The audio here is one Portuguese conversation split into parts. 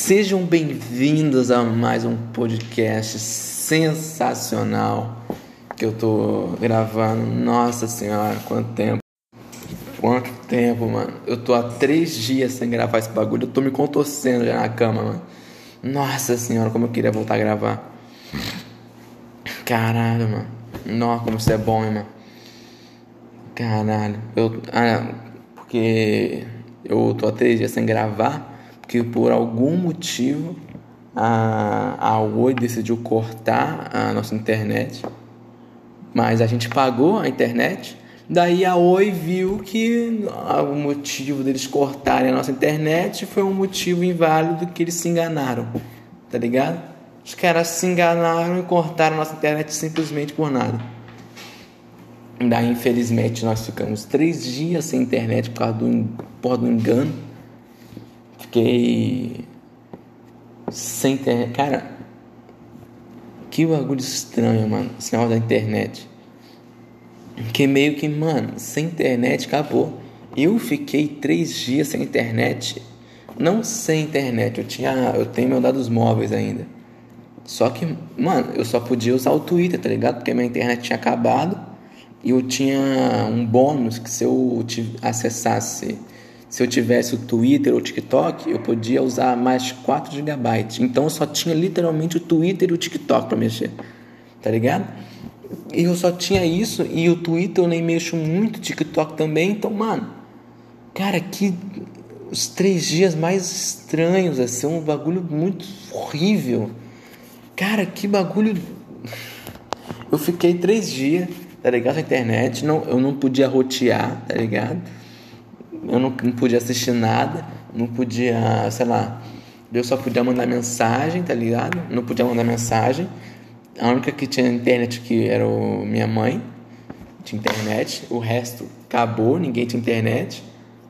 Sejam bem-vindos a mais um podcast sensacional que eu tô gravando. Nossa senhora, quanto tempo! Quanto tempo, mano. Eu tô há 3 dias sem gravar esse bagulho. Eu tô me contorcendo já na cama, mano. Nossa senhora, como eu queria voltar a gravar. Caralho, mano. Nossa, como isso é bom, hein, mano. Caralho. Porque eu tô há 3 dias sem gravar. Porque por algum motivo a Oi decidiu cortar a nossa internet. Mas a gente pagou a internet. Daí a Oi viu que o motivo deles cortarem a nossa internet foi um motivo inválido, que eles se enganaram. Tá ligado? Os caras se enganaram e cortaram a nossa internet simplesmente por nada. Daí infelizmente nós ficamos 3 dias sem internet por causa do engano. Fiquei sem internet. Cara, que bagulho estranho, mano, esse negócio da internet. Que meio que, mano, sem internet acabou. Eu fiquei 3 dias sem internet. Não sem internet, eu tenho meus dados móveis ainda. Só que, mano, eu só podia usar o Twitter, tá ligado? Porque minha internet tinha acabado. E eu tinha um bônus que se eu acessasse, se eu tivesse o Twitter ou o TikTok, eu podia usar mais 4 GB. Então eu só tinha literalmente o Twitter e o TikTok pra mexer, tá ligado? E eu só tinha isso, e o Twitter eu nem mexo muito, o TikTok também. Então, mano, cara, que os 3 dias mais estranhos, assim, um bagulho muito horrível. Cara, que bagulho. Eu fiquei 3 dias, tá ligado, na internet, eu não podia rotear, tá ligado? Eu não podia assistir nada, não podia, sei lá, eu só podia mandar mensagem, tá ligado? Não podia mandar mensagem. A única que tinha internet que era minha mãe, tinha internet, o resto acabou, ninguém tinha internet.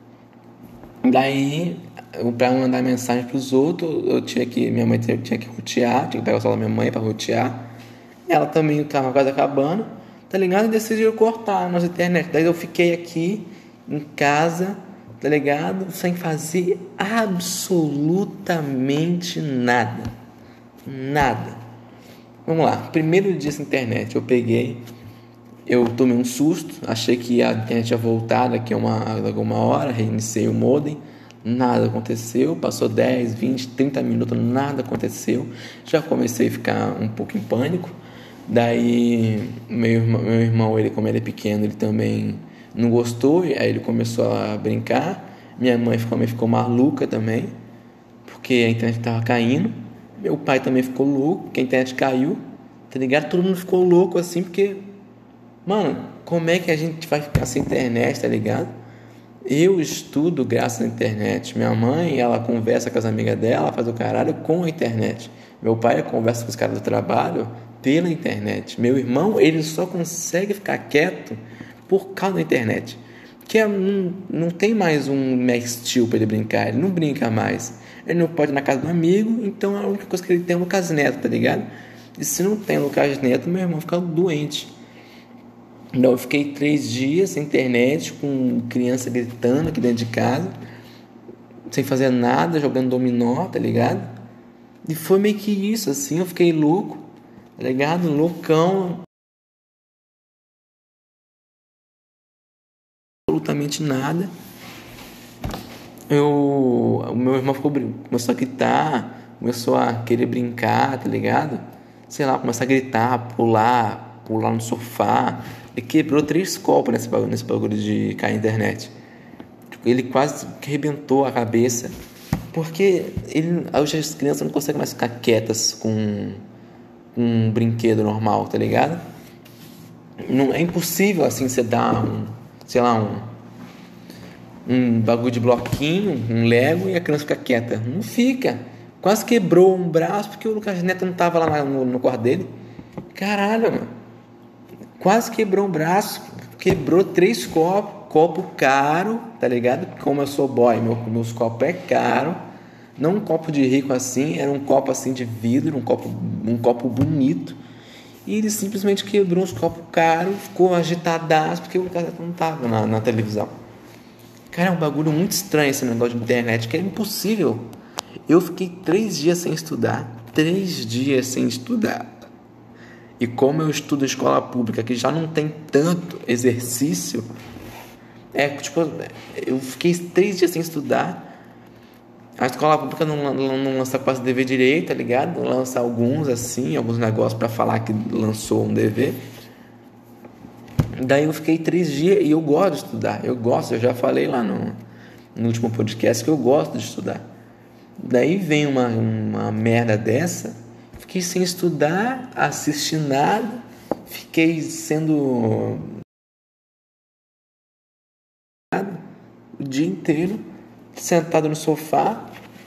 Daí, pra mandar mensagem pros outros, minha mãe tinha que rotear, tinha que pegar o celular da minha mãe pra rotear. Ela também tava quase acabando, tá ligado? E decidiu cortar a nossa internet. Daí eu fiquei aqui em casa, tá ligado? Sem fazer absolutamente nada. Nada. Vamos lá. Primeiro dia sem internet, eu tomei um susto, achei que a internet ia voltar daqui a alguma hora, reiniciei o modem, nada aconteceu, passou 10, 20, 30 minutos, nada aconteceu, já comecei a ficar um pouco em pânico. Daí meu irmão, ele, como ele é pequeno, ele também não gostou, e aí ele começou a brincar. Minha mãe ficou maluca também, porque a internet estava caindo. Meu pai também ficou louco, porque a internet caiu, tá ligado? Todo mundo ficou louco assim, porque, mano, como é que a gente vai ficar sem internet, tá ligado? Eu estudo graças à internet. Minha mãe, ela conversa com as amigas dela, faz o caralho com a internet. Meu pai conversa com os caras do trabalho pela internet. Meu irmão, ele só consegue ficar quieto por causa da internet. Que não tem mais um Max Steel pra ele brincar. Ele não brinca mais. Ele não pode ir na casa do amigo. Então a única coisa que ele tem é o Lucas Neto, tá ligado? E se não tem o Lucas Neto, meu irmão fica doente. Então eu fiquei 3 dias sem internet, com criança gritando aqui dentro de casa, sem fazer nada, jogando dominó, tá ligado? E foi meio que isso, assim, eu fiquei louco, tá ligado? Loucão. Absolutamente nada. O meu irmão começou a gritar, começou a querer brincar, tá ligado? Sei lá, começou a gritar, pular no sofá. Ele quebrou 3 copos nesse bagulho de cair na internet. Ele quase arrebentou a cabeça. Porque hoje as crianças não conseguem mais ficar quietas com um brinquedo normal, tá ligado? Não, é impossível assim você dar um bagulho de bloquinho, um Lego, e a criança fica quieta. Não fica. Quase quebrou um braço porque o Lucas Neto não tava lá no quarto dele. Caralho, mano. Quase quebrou um braço. Quebrou 3 copos. Copo caro, tá ligado? Como eu sou boy, meus copos é caro. Não um copo de rico assim, era um copo assim de vidro, um copo bonito. E ele simplesmente quebrou uns copos caros, ficou agitadaço porque o Lucas Neto não tava na televisão. Cara, é um bagulho muito estranho esse negócio de internet, que é impossível Eu fiquei 3 dias sem estudar. 3 dias sem estudar. E como eu estudo escola pública, que já não tem tanto exercício, eu fiquei 3 dias sem estudar. A escola pública não lança quase dever direito, tá ligado? Lança alguns, assim, alguns negócios pra falar que lançou um dever. Daí eu fiquei 3 dias e eu gosto de estudar. Eu já falei lá no último podcast que eu gosto de estudar. Daí vem uma merda dessa, fiquei sem estudar, assistir nada, fiquei sendo o dia inteiro sentado no sofá.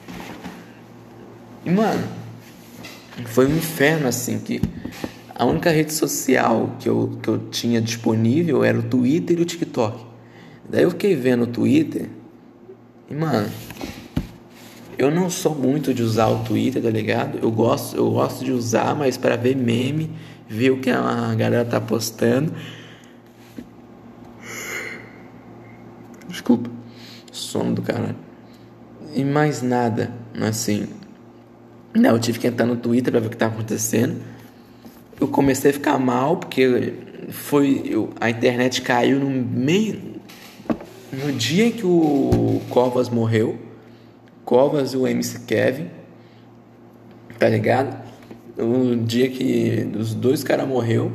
E mano, foi um inferno assim, que a única rede social que eu tinha disponível era o Twitter e o TikTok. Daí eu fiquei vendo o Twitter e mano, eu não sou muito de usar o Twitter, tá ligado? Eu gosto de usar, mas para ver meme, ver o que a galera tá postando. Desculpa, sono do caralho. E mais nada, assim. Não, eu tive que entrar no Twitter pra ver o que tá acontecendo. Eu comecei a ficar mal porque a internet caiu no dia que o Covas morreu. Covas e o MC Kevin, tá ligado? O dia que os dois caras morreu.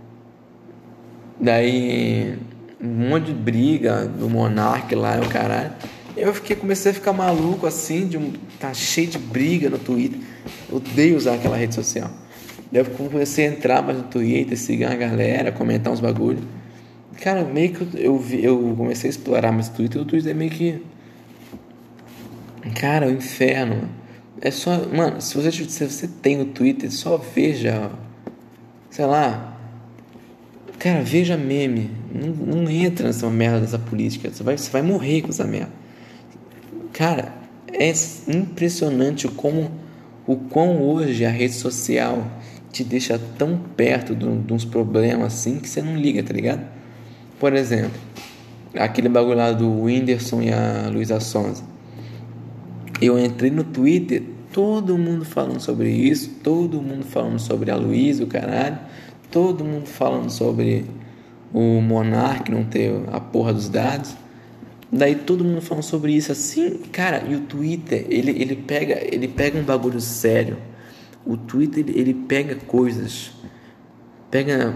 Daí um monte de briga do Monark lá, o caralho. Comecei a ficar maluco assim, tá cheio de briga no Twitter. Eu odeio usar aquela rede social. Daí eu comecei a entrar mais no Twitter, seguir a galera, comentar uns bagulho. Cara, meio que eu comecei a explorar mais o Twitter. O Twitter é meio que, cara, o inferno. É só, mano, se você tem o Twitter, só veja, sei lá, cara, veja meme. Não entra nessa merda dessa política. Você vai morrer com essa merda. Cara, é impressionante o quão hoje a rede social te deixa tão perto de uns problemas assim que você não liga, tá ligado? Por exemplo, aquele bagulho lá do Whindersson e a Luísa Sonza. Eu entrei no Twitter, todo mundo falando sobre isso, todo mundo falando sobre a Luísa, o caralho, todo mundo falando sobre o Monark não ter a porra dos dados. Daí todo mundo falando sobre isso assim, cara. E o Twitter, ele pega um bagulho sério. O Twitter, ele pega coisas, pega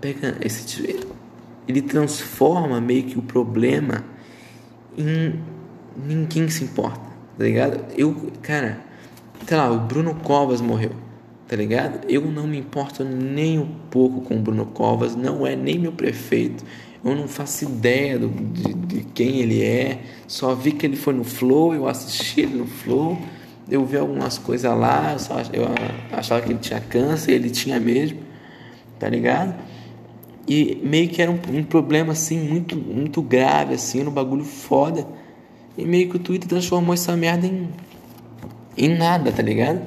ele transforma meio que o problema em ninguém se importa, tá ligado? Cara, sei lá, o Bruno Covas morreu, tá ligado? Eu não me importo nem um pouco com o Bruno Covas, não é nem meu prefeito. Eu não faço ideia de quem ele é. Só vi que ele foi no Flow, eu assisti ele no Flow. Eu vi algumas coisas lá, eu achava que ele tinha câncer, ele tinha mesmo, tá ligado? E meio que era um problema assim, muito, muito grave, assim, um bagulho foda. E meio que o Twitter transformou essa merda em nada, tá ligado?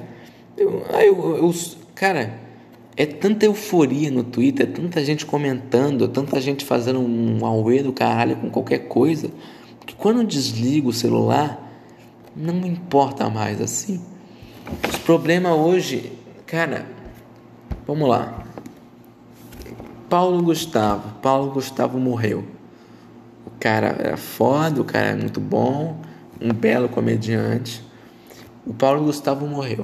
Cara, é tanta euforia no Twitter, é tanta gente comentando, é tanta gente fazendo um auê do caralho com qualquer coisa, que quando eu desligo o celular, não me importa mais assim. Os problemas hoje, cara, vamos lá. Paulo Gustavo morreu. O cara era foda, o cara é muito bom, um belo comediante. O Paulo Gustavo morreu.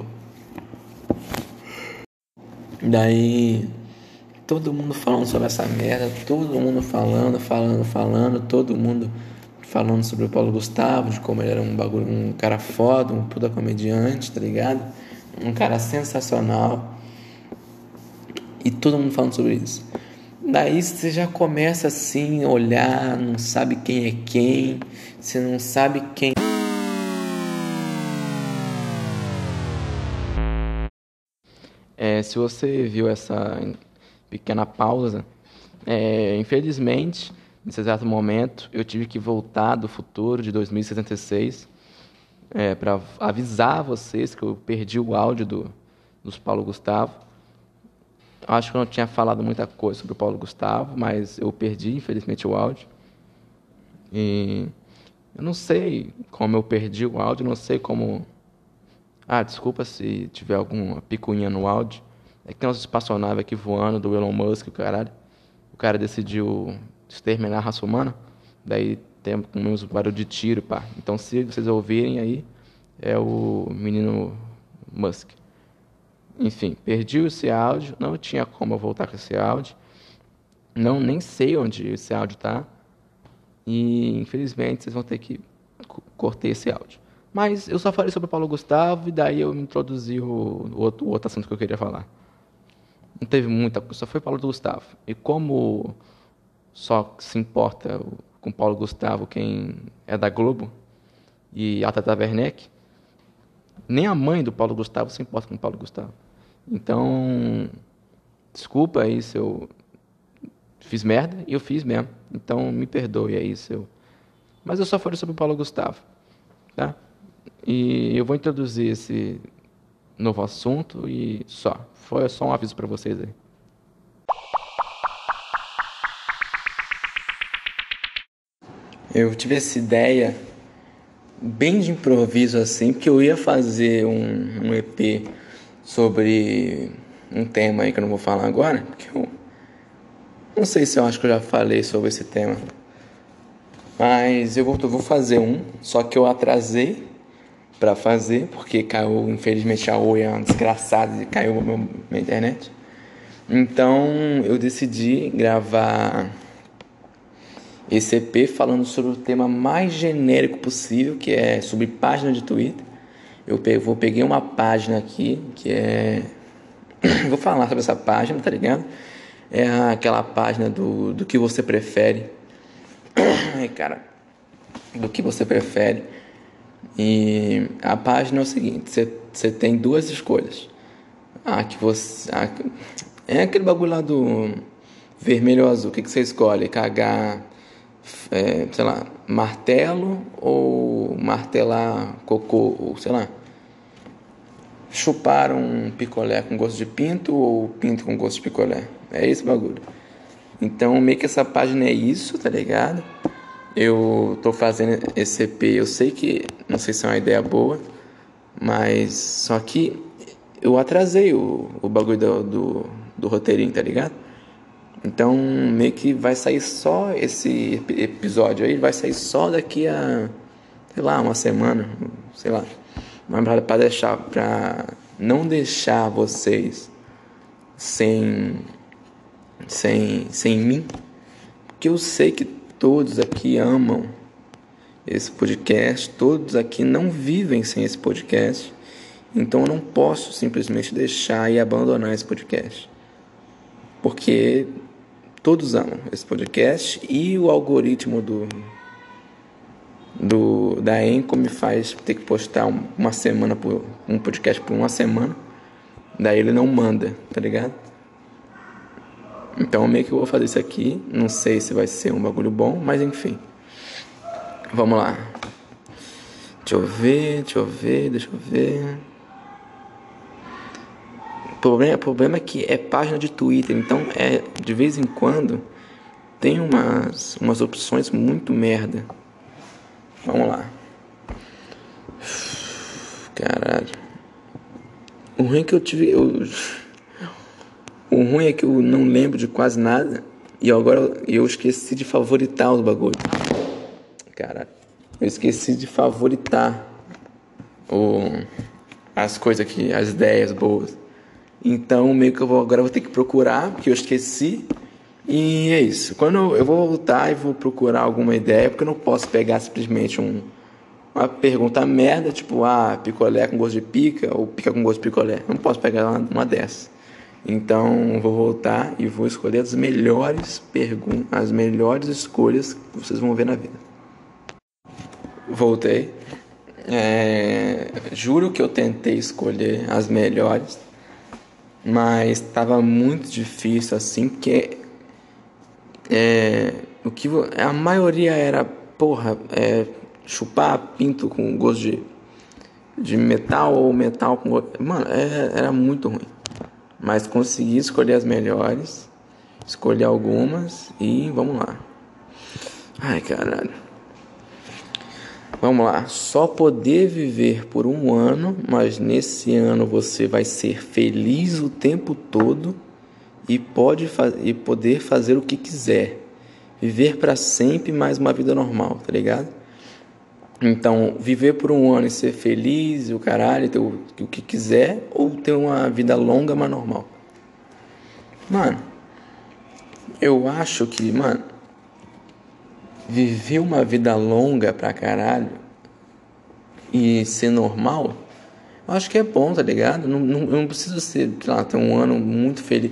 Daí todo mundo falando sobre essa merda, todo mundo falando, todo mundo falando sobre o Paulo Gustavo, de como ele era um cara foda, um puta comediante, tá ligado? Um cara sensacional. E todo mundo falando sobre isso. Daí você já começa assim a olhar, não sabe quem é quem, você não sabe quem. Se você viu essa pequena pausa, infelizmente, nesse exato momento, eu tive que voltar do futuro de 2076 para avisar vocês que eu perdi o áudio dos Paulo Gustavo. Acho que eu não tinha falado muita coisa sobre o Paulo Gustavo, mas eu perdi, infelizmente, o áudio. E eu não sei como eu perdi o áudio, não sei como Ah, desculpa se tiver alguma picuinha no áudio. É que tem uns espaçonaves aqui voando do Elon Musk, o caralho. O cara decidiu exterminar a raça humana. Daí tem uns barulho de tiro, pá. Então se vocês ouvirem aí, é o menino Musk. Enfim, perdi esse áudio. Não tinha como eu voltar com esse áudio. Não, nem sei onde esse áudio tá. E infelizmente vocês vão ter que cortar esse áudio. Mas eu só falei sobre o Paulo Gustavo e daí eu introduzi o outro assunto que eu queria falar. Não teve muita coisa, só foi Paulo Gustavo. E como só se importa com Paulo Gustavo quem é da Globo e a Tata Werneck, nem a mãe do Paulo Gustavo se importa com o Paulo Gustavo. Então, desculpa aí se eu fiz merda, e eu fiz mesmo. Então, me perdoe aí se eu... Mas eu só falei sobre o Paulo Gustavo, tá? E eu vou introduzir esse novo assunto e só. Foi só um aviso para vocês aí. Eu tive essa ideia bem de improviso assim, porque eu ia fazer um EP sobre um tema aí que eu não vou falar agora, porque eu não sei se eu acho que eu já falei sobre esse tema. Mas eu vou fazer um, só que eu atrasei pra fazer, porque caiu, infelizmente a Oi é uma desgraçada e caiu minha internet. Então eu decidi gravar esse EP falando sobre o tema mais genérico possível, que é sobre página de Twitter. Peguei uma página aqui que é... vou falar sobre essa página, tá ligado? É aquela página do que você prefere. Ai, cara. Do que você prefere. E a página é o seguinte: você tem duas escolhas. É aquele bagulho lá do vermelho ou azul. O que você escolhe? Cagar, sei lá, martelo ou martelar cocô, ou sei lá, chupar um picolé com gosto de pinto ou pinto com gosto de picolé. É esse bagulho. Então, meio que essa página é isso, tá ligado? Eu tô fazendo esse EP, eu sei que, não sei se é uma ideia boa, mas só que eu atrasei o bagulho do roteirinho, tá ligado? Então, meio que vai sair só esse episódio aí, vai sair só daqui a, sei lá, uma semana, sei lá. Mas pra não deixar vocês sem mim, porque eu sei que todos aqui amam esse podcast, todos aqui não vivem sem esse podcast, então eu não posso simplesmente deixar e abandonar esse podcast, porque todos amam esse podcast e o algoritmo da Anchor me faz ter que postar um podcast por uma semana, daí ele não manda, tá ligado? Então meio que eu vou fazer isso aqui. Não sei se vai ser um bagulho bom, mas enfim. Vamos lá. Deixa eu ver. O problema é que é página de Twitter, então de vez em quando tem umas opções muito merda. Vamos lá. Caralho. O ruim é que o ruim é que eu não lembro de quase nada. E agora eu esqueci de favoritar os bagulhos. Caralho. Eu esqueci de favoritar as coisas aqui, as ideias boas. Então meio que agora eu vou ter que procurar, porque eu esqueci. E é isso. Quando eu vou voltar e vou procurar alguma ideia, porque eu não posso pegar simplesmente uma pergunta merda, tipo, picolé com gosto de pica ou pica com gosto de picolé. Eu não posso pegar uma dessas. Então vou voltar e vou escolher as melhores as melhores escolhas que vocês vão ver na vida. Voltei. Juro que eu tentei escolher as melhores, mas estava muito difícil assim, porque a maioria era chupar pinto com gosto de metal ou metal com gosto. Mano, era muito ruim. Mas consegui escolher as melhores, escolhi algumas e vamos lá. Ai, caralho. Vamos lá, só poder viver por um ano, mas nesse ano você vai ser feliz o tempo todo e e poder fazer o que quiser. Viver para sempre mais uma vida normal, tá ligado? Então, viver por um ano e ser feliz, o caralho, ter o que quiser, ou ter uma vida longa, mas normal. Mano, eu acho que, mano, viver uma vida longa pra caralho e ser normal, eu acho que é bom, tá ligado? Eu não preciso ser, sei lá, ter um ano muito feliz.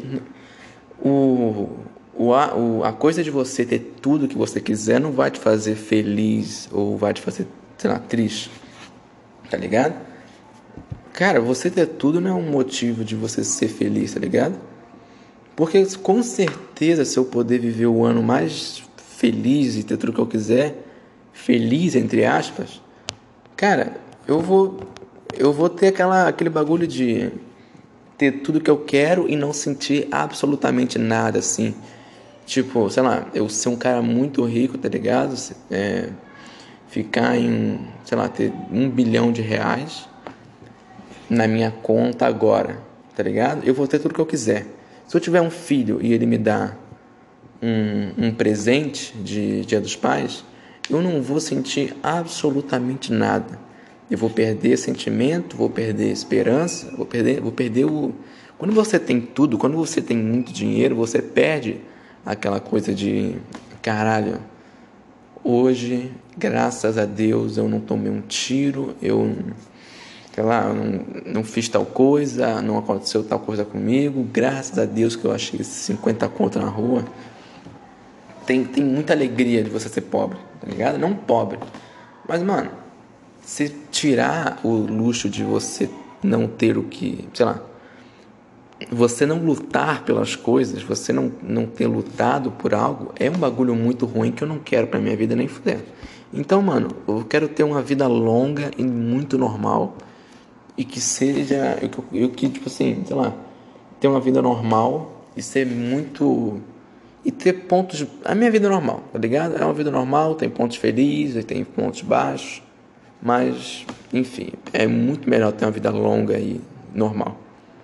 A coisa de você ter tudo que você quiser não vai te fazer feliz ou vai te fazer, sei lá, triste, tá ligado? Cara, você ter tudo não é um motivo de você ser feliz, tá ligado? Porque com certeza se eu poder viver o ano mais feliz e ter tudo que eu quiser, feliz entre aspas, cara, eu vou ter aquele bagulho de ter tudo que eu quero e não sentir absolutamente nada assim. Tipo, sei lá, eu ser um cara muito rico, tá ligado? Ficar em, sei lá, ter 1 bilhão de reais na minha conta agora, tá ligado? Eu vou ter tudo que eu quiser. Se eu tiver um filho e ele me dá um presente de Dia dos Pais, eu não vou sentir absolutamente nada. Eu vou perder sentimento, vou perder esperança, vou perder o... Quando você tem tudo, quando você tem muito dinheiro, você perde aquela coisa de caralho, hoje, graças a Deus, eu não tomei um tiro, eu, sei lá, eu não fiz tal coisa, não aconteceu tal coisa comigo, graças a Deus que eu achei esses 50 conto na rua. Tem muita alegria de você ser pobre, tá ligado? Não pobre, mas, mano, se tirar o luxo de você não ter o que, sei lá, você não lutar pelas coisas, você não ter lutado por algo, é um bagulho muito ruim que eu não quero pra minha vida nem fuder. Então, mano, eu quero ter uma vida longa e muito normal e que seja, eu que, tipo assim, sei lá, ter uma vida normal e ser muito e ter pontos, a minha vida normal, tá ligado? É uma vida normal, tem pontos felizes, tem pontos baixos, mas enfim, é muito melhor ter uma vida longa e normal.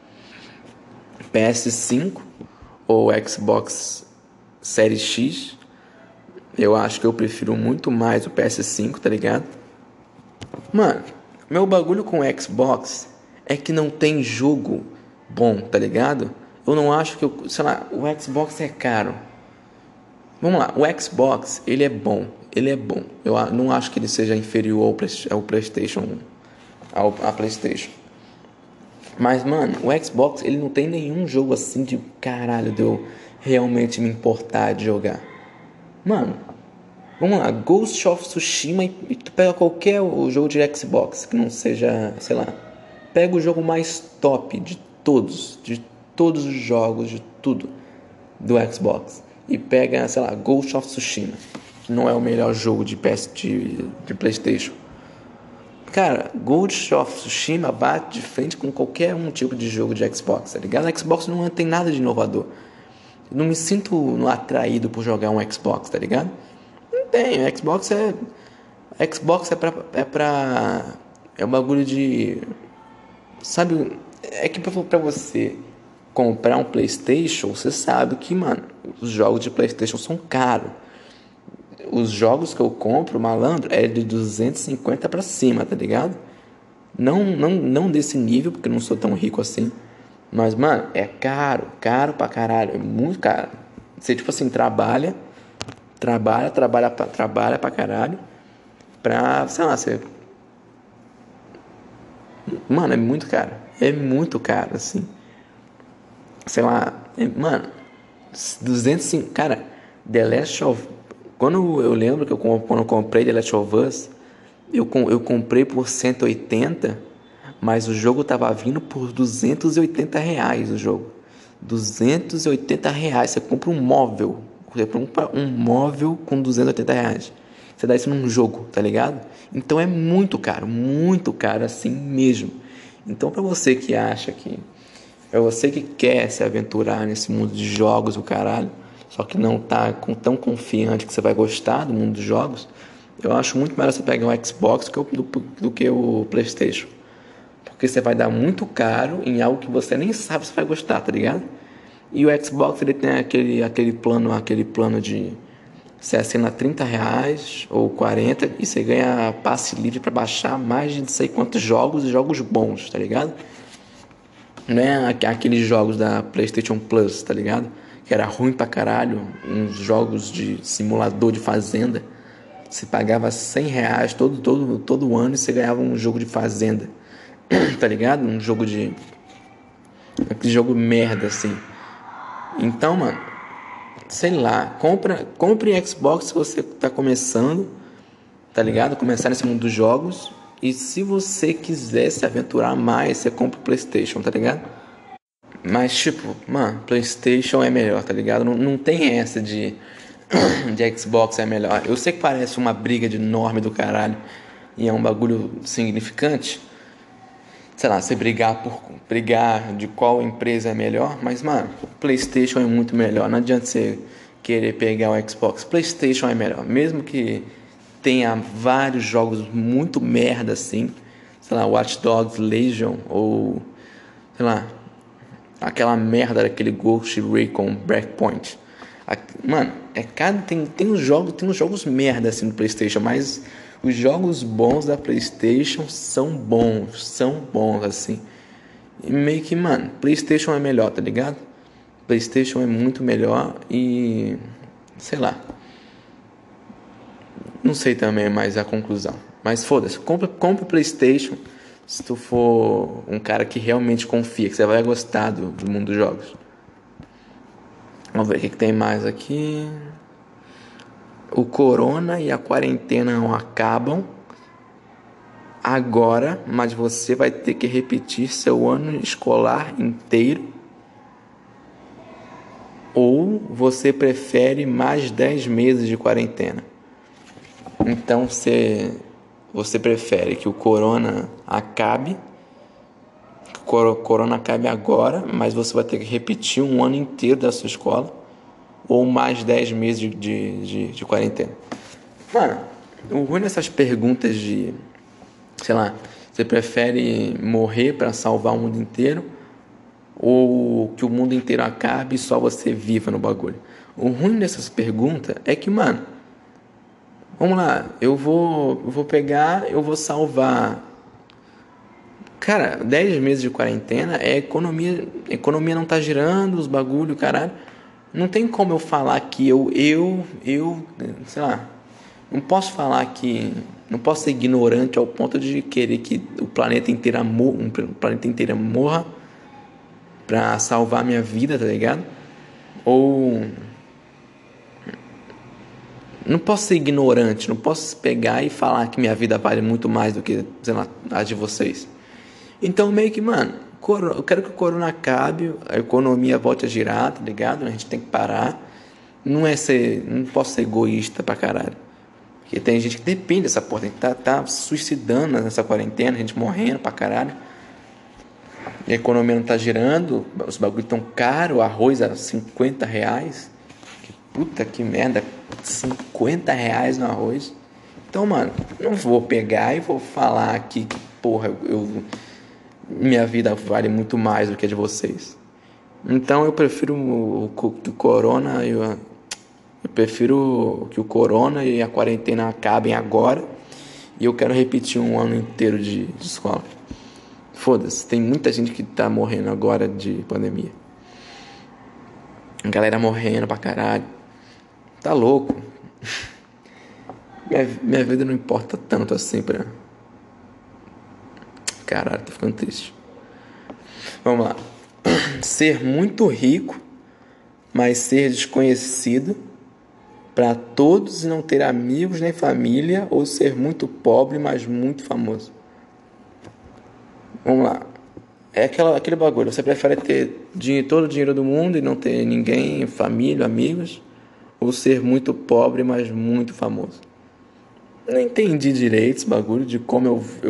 PS5 ou Xbox Series X, eu acho que eu prefiro muito mais o PS5, tá ligado? Mano, meu bagulho com o Xbox é que não tem jogo bom, tá ligado? Eu não acho que, sei lá, o Xbox é caro. Vamos lá, o Xbox, ele é bom, ele é bom. Eu não acho que ele seja inferior ao PlayStation, à PlayStation. Mas, mano, o Xbox, ele não tem nenhum jogo assim de caralho de eu realmente me importar de jogar. Mano, vamos lá, Ghost of Tsushima e tu pega qualquer jogo de Xbox que não seja, sei lá, pega o jogo mais top de todos os jogos, de tudo do Xbox e pega, sei lá, Ghost of Tsushima, que não é o melhor jogo de PlayStation. Cara, Ghost of Tsushima bate de frente com qualquer um tipo de jogo de Xbox, tá ligado? A Xbox não tem nada de inovador. Eu não me sinto atraído por jogar um Xbox, tá ligado? Não tem, Xbox é um bagulho de... Sabe, é que pra você comprar um PlayStation, você sabe que, mano, os jogos de PlayStation são caros. Os jogos que eu compro, malandro, é de 250 pra cima, tá ligado? Não desse nível, porque eu não sou tão rico assim. Mas, mano, é caro, caro pra caralho, é muito caro. Você, tipo assim, trabalha pra caralho, pra, sei lá, você... Mano, é muito caro, assim. Sei lá, mano, 205, cara, The Last of... Quando eu lembro que quando eu comprei The Last of Us, eu comprei por 180, mas o jogo tava vindo por R$ 280 o jogo. R$ 280, você compra um móvel. Você compra um móvel com R$ 280. Você dá isso num jogo, tá ligado? Então é muito caro assim mesmo. Então pra você que acha que... Pra você que quer se aventurar nesse mundo de jogos, o caralho, só que não tá tão confiante que você vai gostar do mundo dos jogos, Eu acho muito melhor você pegar um Xbox do que o PlayStation. Porque você vai dar muito caro em algo que você nem sabe se vai gostar, tá ligado? E o Xbox ele tem aquele plano de você assina R$ 30 ou 40 e você ganha passe livre pra baixar mais de não sei quantos jogos e jogos bons, tá ligado? Não é aqueles jogos da PlayStation Plus, tá ligado? Que era ruim pra caralho, uns jogos de simulador de fazenda. Você pagava R$ 100 todo ano e você ganhava um jogo de fazenda, tá ligado? Um jogo de. Aquele jogo merda assim. Então, mano, sei lá, compre Xbox se você tá começando, tá ligado? Começar nesse mundo dos jogos. E se você quiser se aventurar mais, você compra o PlayStation, tá ligado? Mas, tipo, mano, PlayStation é melhor, tá ligado? Não tem essa de Xbox é melhor. Eu sei que parece uma briga de enorme do caralho e é um bagulho significante. Sei lá, você brigar de qual empresa é melhor, mas, mano, PlayStation é muito melhor. Não adianta você querer pegar o Xbox. PlayStation é melhor, mesmo que tenha vários jogos muito merda assim, sei lá, Watch Dogs Legion ou sei lá, aquela merda daquele Ghost Recon Breakpoint. Mano, tem uns jogos merda assim no PlayStation, mas os jogos bons da PlayStation são bons assim. E meio que, mano, PlayStation é melhor, tá ligado? PlayStation é muito melhor e sei lá. Não sei também mais a conclusão. Mas foda-se, compra PlayStation se tu for um cara que realmente confia, que você vai gostar do mundo dos jogos. Vamos ver o que tem mais aqui. O corona e a quarentena não acabam agora, mas você vai ter que repetir seu ano escolar inteiro. Ou você prefere mais 10 meses de quarentena? Então você prefere que o corona acabe, corona acabe agora, mas você vai ter que repetir um ano inteiro da sua escola, ou mais 10 meses de quarentena. Mano, o ruim dessas perguntas de, sei lá, você prefere morrer para salvar o mundo inteiro ou que o mundo inteiro acabe e só você viva no bagulho? O ruim dessas perguntas é que, mano, vamos lá, eu vou salvar. Cara, 10 meses de quarentena é economia. A economia não tá girando, os bagulho, caralho. Não tem como eu falar que sei lá. Não posso falar que. Não posso ser ignorante ao ponto de querer que o planeta inteiro morra pra salvar minha vida, tá ligado? Ou. Não posso ser ignorante, não posso pegar e falar que minha vida vale muito mais do que, sei lá, a de vocês. Então, meio que, mano, eu quero que o corona acabe, a economia volte a girar, tá ligado? A gente tem que parar. Não posso ser egoísta pra caralho. Porque tem gente que depende dessa porra, tem que tá suicidando nessa quarentena, a gente morrendo pra caralho. E a economia não tá girando, os bagulhos tão caros, o arroz a R$ 50. Puta que merda, R$ 50 no arroz. Então, mano, não vou pegar e vou falar que, porra, minha vida vale muito mais do que a de vocês. Então eu prefiro o corona eu prefiro que o corona e a quarentena acabem agora e eu quero repetir um ano inteiro de escola. Foda-se, tem muita gente que tá morrendo agora de pandemia. A galera morrendo pra caralho. Tá louco. Minha vida não importa tanto assim pra. Caralho, tô ficando triste. Vamos lá. Ser muito rico, mas ser desconhecido para todos e não ter amigos nem família, ou ser muito pobre, mas muito famoso. Vamos lá. É aquele bagulho. Você prefere ter todo o dinheiro do mundo e não ter ninguém, família, amigos, ou ser muito pobre, mas muito famoso? Não entendi direito esse bagulho de como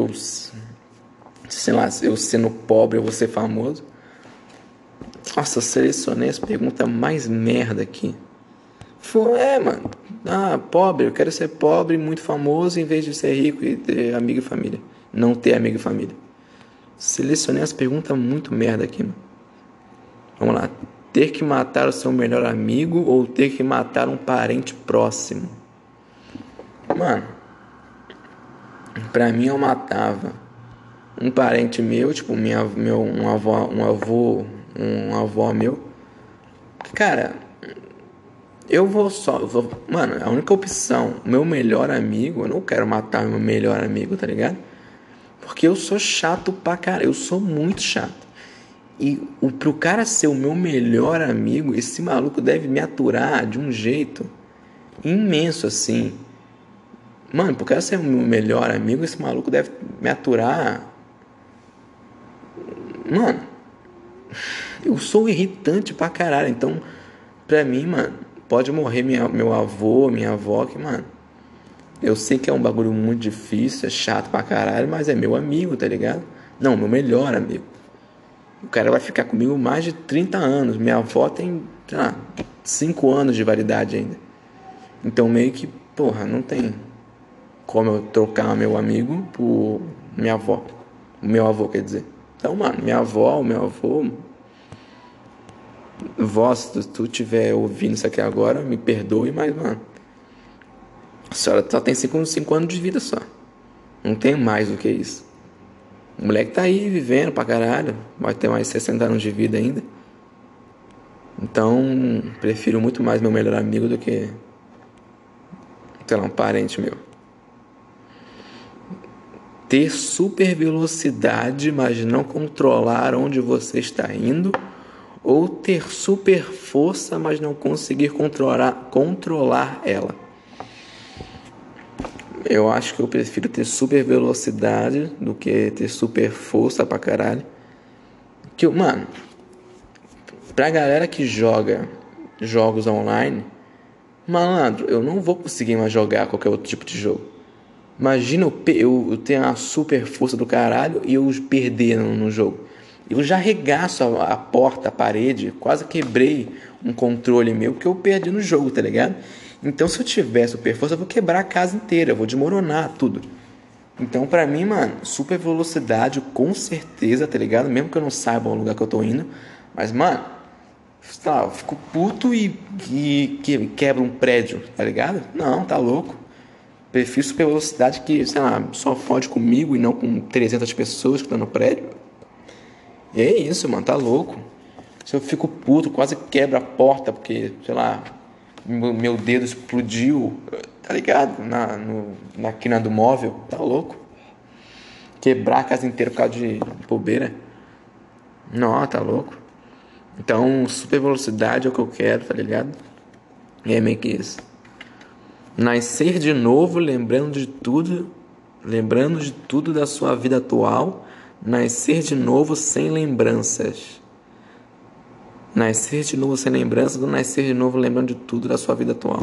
sei lá, eu sendo pobre eu vou ser famoso. Nossa, eu selecionei as perguntas mais merda aqui. Mano. Ah, pobre, eu quero ser pobre, muito famoso, em vez de ser rico e ter amigo e família. Não ter amigo e família. Selecionei as perguntas muito merda aqui, mano. Vamos lá. Ter que matar o seu melhor amigo ou ter que matar um parente próximo? Mano, pra mim eu matava um parente meu, tipo um avô meu. Cara, mano, a única opção, meu melhor amigo, eu não quero matar meu melhor amigo, tá ligado? Porque eu sou chato pra cara, eu sou muito chato. E pro cara ser o meu melhor amigo, esse maluco deve me aturar de um jeito imenso assim. Mano, pro cara ser o meu melhor amigo, esse maluco deve me aturar. Mano, eu sou irritante pra caralho. Então, pra mim, mano, pode morrer meu avô, minha avó, que, mano, eu sei que é um bagulho muito difícil, é chato pra caralho, mas é meu amigo, tá ligado? Não, meu melhor amigo. O cara vai ficar comigo mais de 30 anos. Minha avó tem, sei lá, 5 anos de validade ainda. Então meio que, porra, não tem como eu trocar meu amigo por minha avó. O meu avô, quer dizer. Então, mano, minha avó, o meu avô. Vó, se tu estiver ouvindo isso aqui agora, me perdoe, mas, mano, a senhora só tem 5 anos de vida só. Não tem mais do que isso. O moleque tá aí vivendo pra caralho. Vai ter mais 60 anos de vida ainda. Então, prefiro muito mais meu melhor amigo do que, sei lá, um parente meu. Ter super velocidade, mas não controlar onde você está indo. Ou ter super força, mas não conseguir controlar ela. Eu acho que eu prefiro ter super velocidade do que ter super força pra caralho. Mano, pra galera que joga jogos online, malandro, eu não vou conseguir mais jogar qualquer outro tipo de jogo. Imagina eu ter uma super força do caralho e eu perder no jogo. Eu já arregaço a porta, a parede, quase quebrei um controle meu porque eu perdi no jogo, tá ligado? Então se eu tiver super força, eu vou quebrar a casa inteira, eu vou desmoronar tudo. Então pra mim, mano, super velocidade com certeza, tá ligado? Mesmo que eu não saiba o lugar que eu tô indo. Mas, mano, tá, eu fico puto e quebra um prédio, tá ligado? Não, tá louco. Prefiro super velocidade que, sei lá, só fode comigo e não com 300 pessoas que estão no prédio. E é isso, mano, tá louco. Se eu fico puto, quase quebra a porta porque, sei lá, meu dedo explodiu, tá ligado? Na quina do móvel, tá louco. Quebrar a casa inteira por causa de bobeira. Não, tá louco. Então, super velocidade é o que eu quero, tá ligado? E é meio que isso. Nascer de novo, lembrando de tudo da sua vida atual. Nascer de novo sem lembranças. Nascer de novo sem lembranças ou nascer de novo lembrando de tudo da sua vida atual.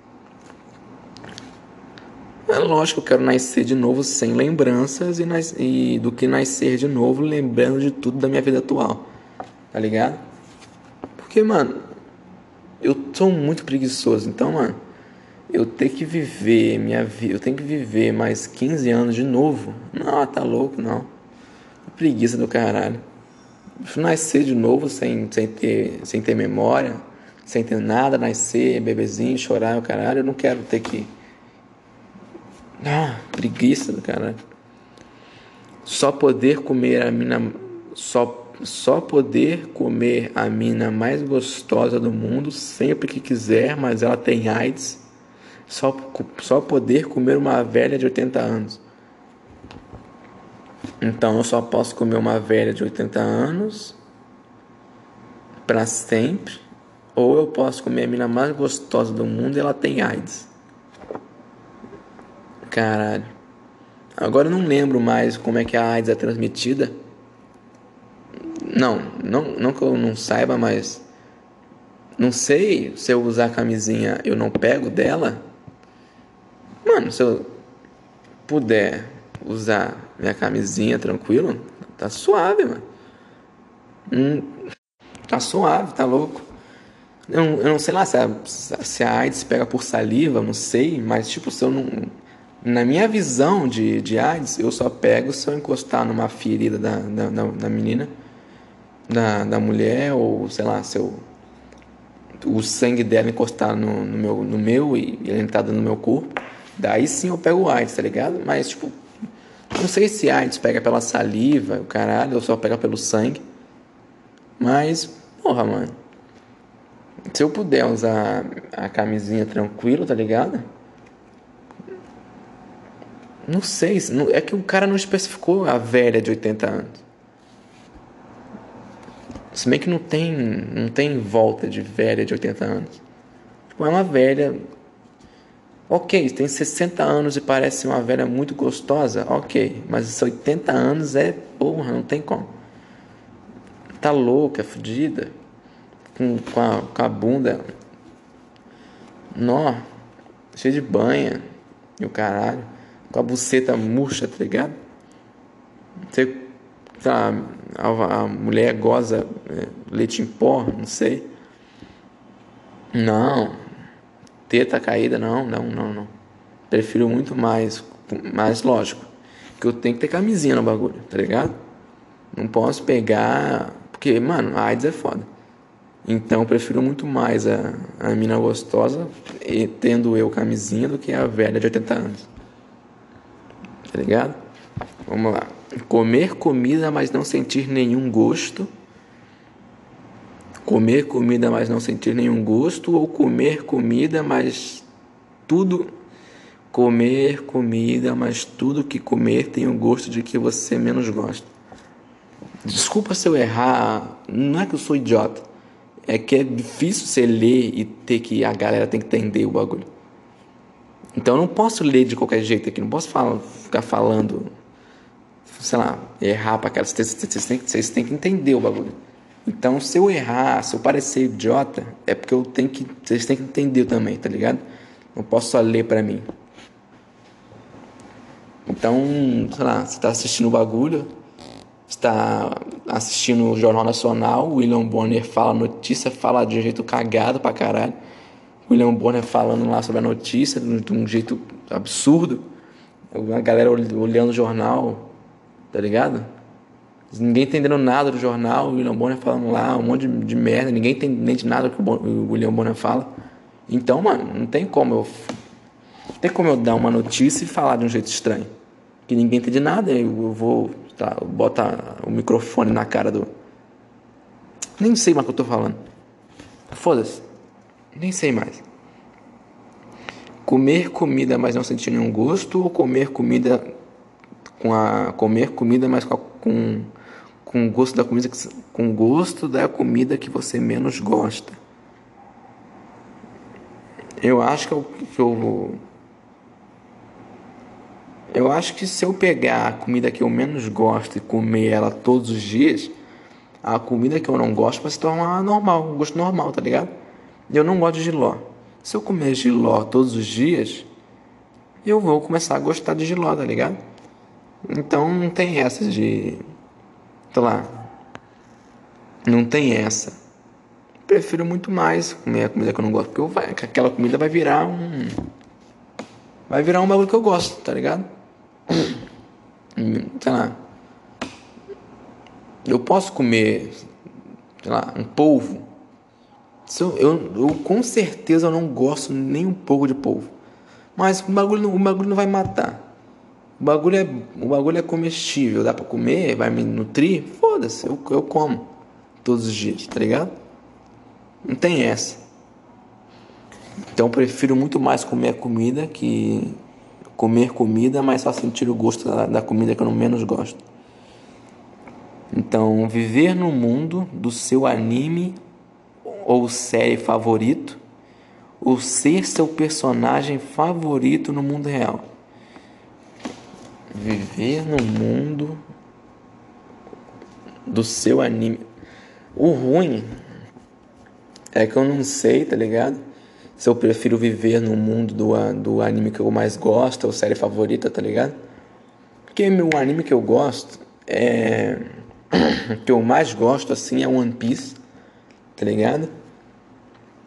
É lógico que eu quero nascer de novo sem lembranças e do que nascer de novo lembrando de tudo da minha vida atual. Tá ligado? Porque, mano, eu sou muito preguiçoso. Então, mano, eu tenho que viver minha vida. Eu tenho que viver mais 15 anos de novo. Não, tá louco, não. Preguiça do caralho. Nascer de novo sem ter memória, sem ter nada, nascer, bebezinho, chorar, o caralho. Eu não quero ter que. Ah, preguiça do caralho. Só poder comer a mina. Só poder comer a mina mais gostosa do mundo sempre que quiser, mas ela tem AIDS. Só poder comer uma velha de 80 anos. Então eu só posso comer uma velha de 80 anos pra sempre. Ou eu posso comer a mina mais gostosa do mundo e ela tem AIDS. Caralho. Agora eu não lembro mais como é que a AIDS é transmitida. Não que eu não saiba, mas não sei se eu usar a camisinha eu não pego dela. Mano, se eu puder usar minha camisinha tranquilo, tá suave, mano. Tá suave, tá louco. Eu não sei lá se a AIDS pega por saliva, eu não sei, mas tipo, se eu não. Na minha visão de AIDS, eu só pego se eu encostar numa ferida da menina, da mulher, ou sei lá, se eu, o sangue dela encostar no meu e ele entrar no meu corpo, daí sim eu pego o AIDS, tá ligado? Mas tipo, não sei se AIDS pega pela saliva, o caralho, ou só pega pelo sangue. Mas, porra, mano. Se eu puder usar a camisinha tranquilo, tá ligado? Não sei, é que o cara não especificou a velha de 80 anos. Se bem que não tem volta de velha de 80 anos. Tipo, é uma velha. Ok, tem 60 anos e parece uma velha muito gostosa. Ok, mas esses 80 anos é. Porra, não tem como. Tá louca, fodida. Com a bunda. Nó, cheia de banha. E o caralho. Com a buceta murcha, tá ligado? Você, tá, a mulher goza leite em pó, não sei. Não, teta caída, não. Prefiro muito mais lógico, que eu tenho que ter camisinha no bagulho, tá ligado? Não posso pegar, porque, mano, a AIDS é foda. Então eu prefiro muito mais a mina gostosa e tendo eu camisinha do que a velha de 80 anos, tá ligado? Vamos lá. Comer comida, mas não sentir nenhum gosto. Comer comida, mas não sentir nenhum gosto. Ou comer comida, mas tudo. Comer comida, mas tudo que comer tem o gosto de que você menos gosta. Desculpa se eu errar. Não é que eu sou idiota. É que é difícil você ler e ter que. A galera tem que entender o bagulho. Então eu não posso ler de qualquer jeito aqui. Não posso ficar falando, sei lá, errar pra cara. Vocês têm que entender o bagulho. Então, se eu errar, se eu parecer idiota, é porque vocês têm que entender também, tá ligado? Não posso só ler pra mim. Então, sei lá, você tá assistindo o bagulho, você tá assistindo o Jornal Nacional, o William Bonner fala notícia, fala de um jeito cagado pra caralho. O William Bonner falando lá sobre a notícia de um jeito absurdo. A galera olhando o jornal, tá ligado? Ninguém entendendo nada do jornal, o William Bonner falando lá um monte de merda, ninguém entende nada do que o William Bonner fala. Então, mano, não tem como eu dar uma notícia e falar de um jeito estranho. Que ninguém entende nada, eu vou botar o microfone na cara do. Nem sei mais o que eu tô falando. Foda-se. Nem sei mais. Comer comida, mas não sentir nenhum gosto, ou comer comida mas com gosto da comida com gosto da comida que você menos gosta. Eu acho eu acho que se eu pegar a comida que eu menos gosto e comer ela todos os dias, a comida que eu não gosto vai se tornar normal, um gosto normal, tá ligado? Eu não gosto de jiló. Se eu comer jiló todos os dias, eu vou começar a gostar de jiló, tá ligado? Então não tem essa de, sei lá, não tem essa. Prefiro muito mais comer a comida que eu não gosto, porque aquela comida vai virar um bagulho que eu gosto, tá ligado? Sei lá, eu posso comer, sei lá, um polvo. Eu com certeza eu não gosto nem um pouco de polvo. Mas o bagulho não vai matar. O bagulho é comestível, dá pra comer, vai me nutrir, foda-se, eu como todos os dias, tá ligado? Não tem essa. Então eu prefiro muito mais comer comida, mas só sentir o gosto da comida que eu menos gosto. Então, viver no mundo do seu anime ou série favorito, ou ser seu personagem favorito no mundo real. Viver no mundo do seu anime. O ruim é que eu não sei, tá ligado? Se eu prefiro viver no mundo do anime que eu mais gosto, ou série favorita, tá ligado? Porque o anime que eu gosto que eu mais gosto assim é One Piece, tá ligado?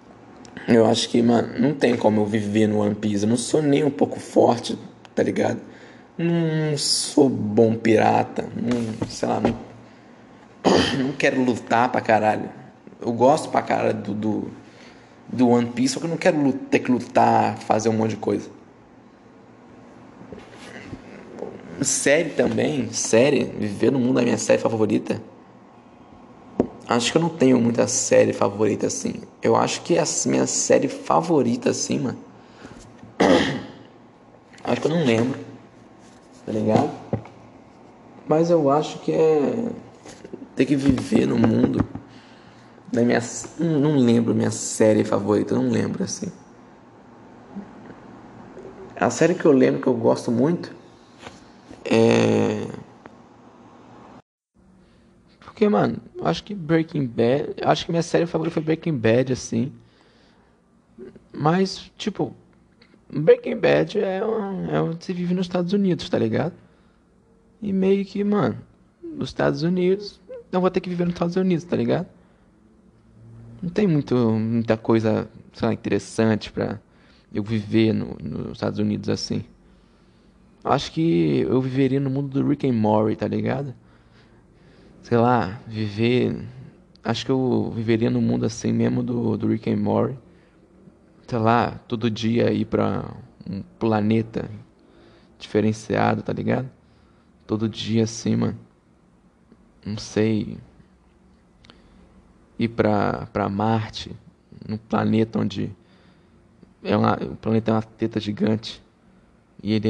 Eu acho que, mano, não tem como eu viver no One Piece. Eu não sou nem um pouco forte, tá ligado? Não sou bom pirata. Não, sei lá, não quero lutar pra caralho. Eu gosto pra caralho do One Piece, só que eu não quero ter que lutar, fazer um monte de coisa. Série também, série, viver no mundo da minha série favorita. Acho que eu não tenho muita série favorita assim. Eu acho que a minha série favorita assim, mano. Acho que eu não lembro, tá ligado? Mas eu acho que é ter que viver no mundo da minha. Não lembro minha série favorita, não lembro assim. A série que eu lembro que eu gosto muito é. Porque, mano, eu acho que Breaking Bad. Acho que minha série favorita foi Breaking Bad, assim. Mas, tipo, Breaking Bad é onde se vive nos Estados Unidos, tá ligado? E meio que, mano, nos Estados Unidos, não vou ter que viver nos Estados Unidos, tá ligado? Não tem muita coisa, sei lá, interessante pra eu viver nos Estados Unidos assim. Acho que eu viveria no mundo do Rick and Morty, tá ligado? Sei lá, viver. Acho que eu viveria no mundo assim mesmo do Rick and Morty. Sei lá, todo dia ir pra um planeta diferenciado, tá ligado? Todo dia assim, mano. Não sei. Ir pra Marte, num planeta onde o planeta é uma teta gigante e ele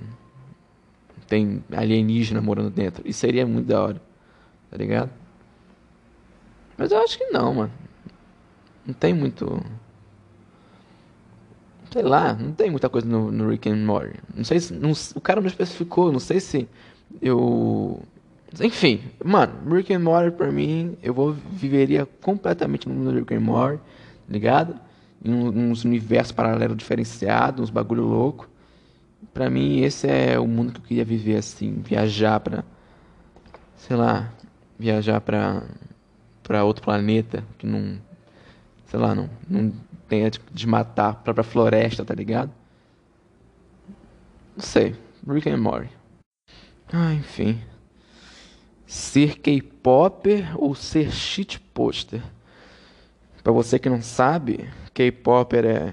tem alienígena morando dentro. Isso seria muito da hora, tá ligado? Mas eu acho que não, mano. Não tem muito. Sei lá, não tem muita coisa no Rick and Morty. Não sei se. O cara não especificou, não sei se eu. Enfim, mano, Rick and Morty pra mim, viveria completamente no mundo do Rick and Morty, tá ligado? Em uns universos paralelos diferenciados, uns bagulho louco. Pra mim, esse é o mundo que eu queria viver assim, viajar pra, sei lá, viajar pra outro planeta que não, sei lá, não tenha de matar pra floresta, tá ligado? Não sei, Rick and Morty. Ah, enfim. Ser K-popper ou ser shitposter? Pra você que não sabe, K-popper é.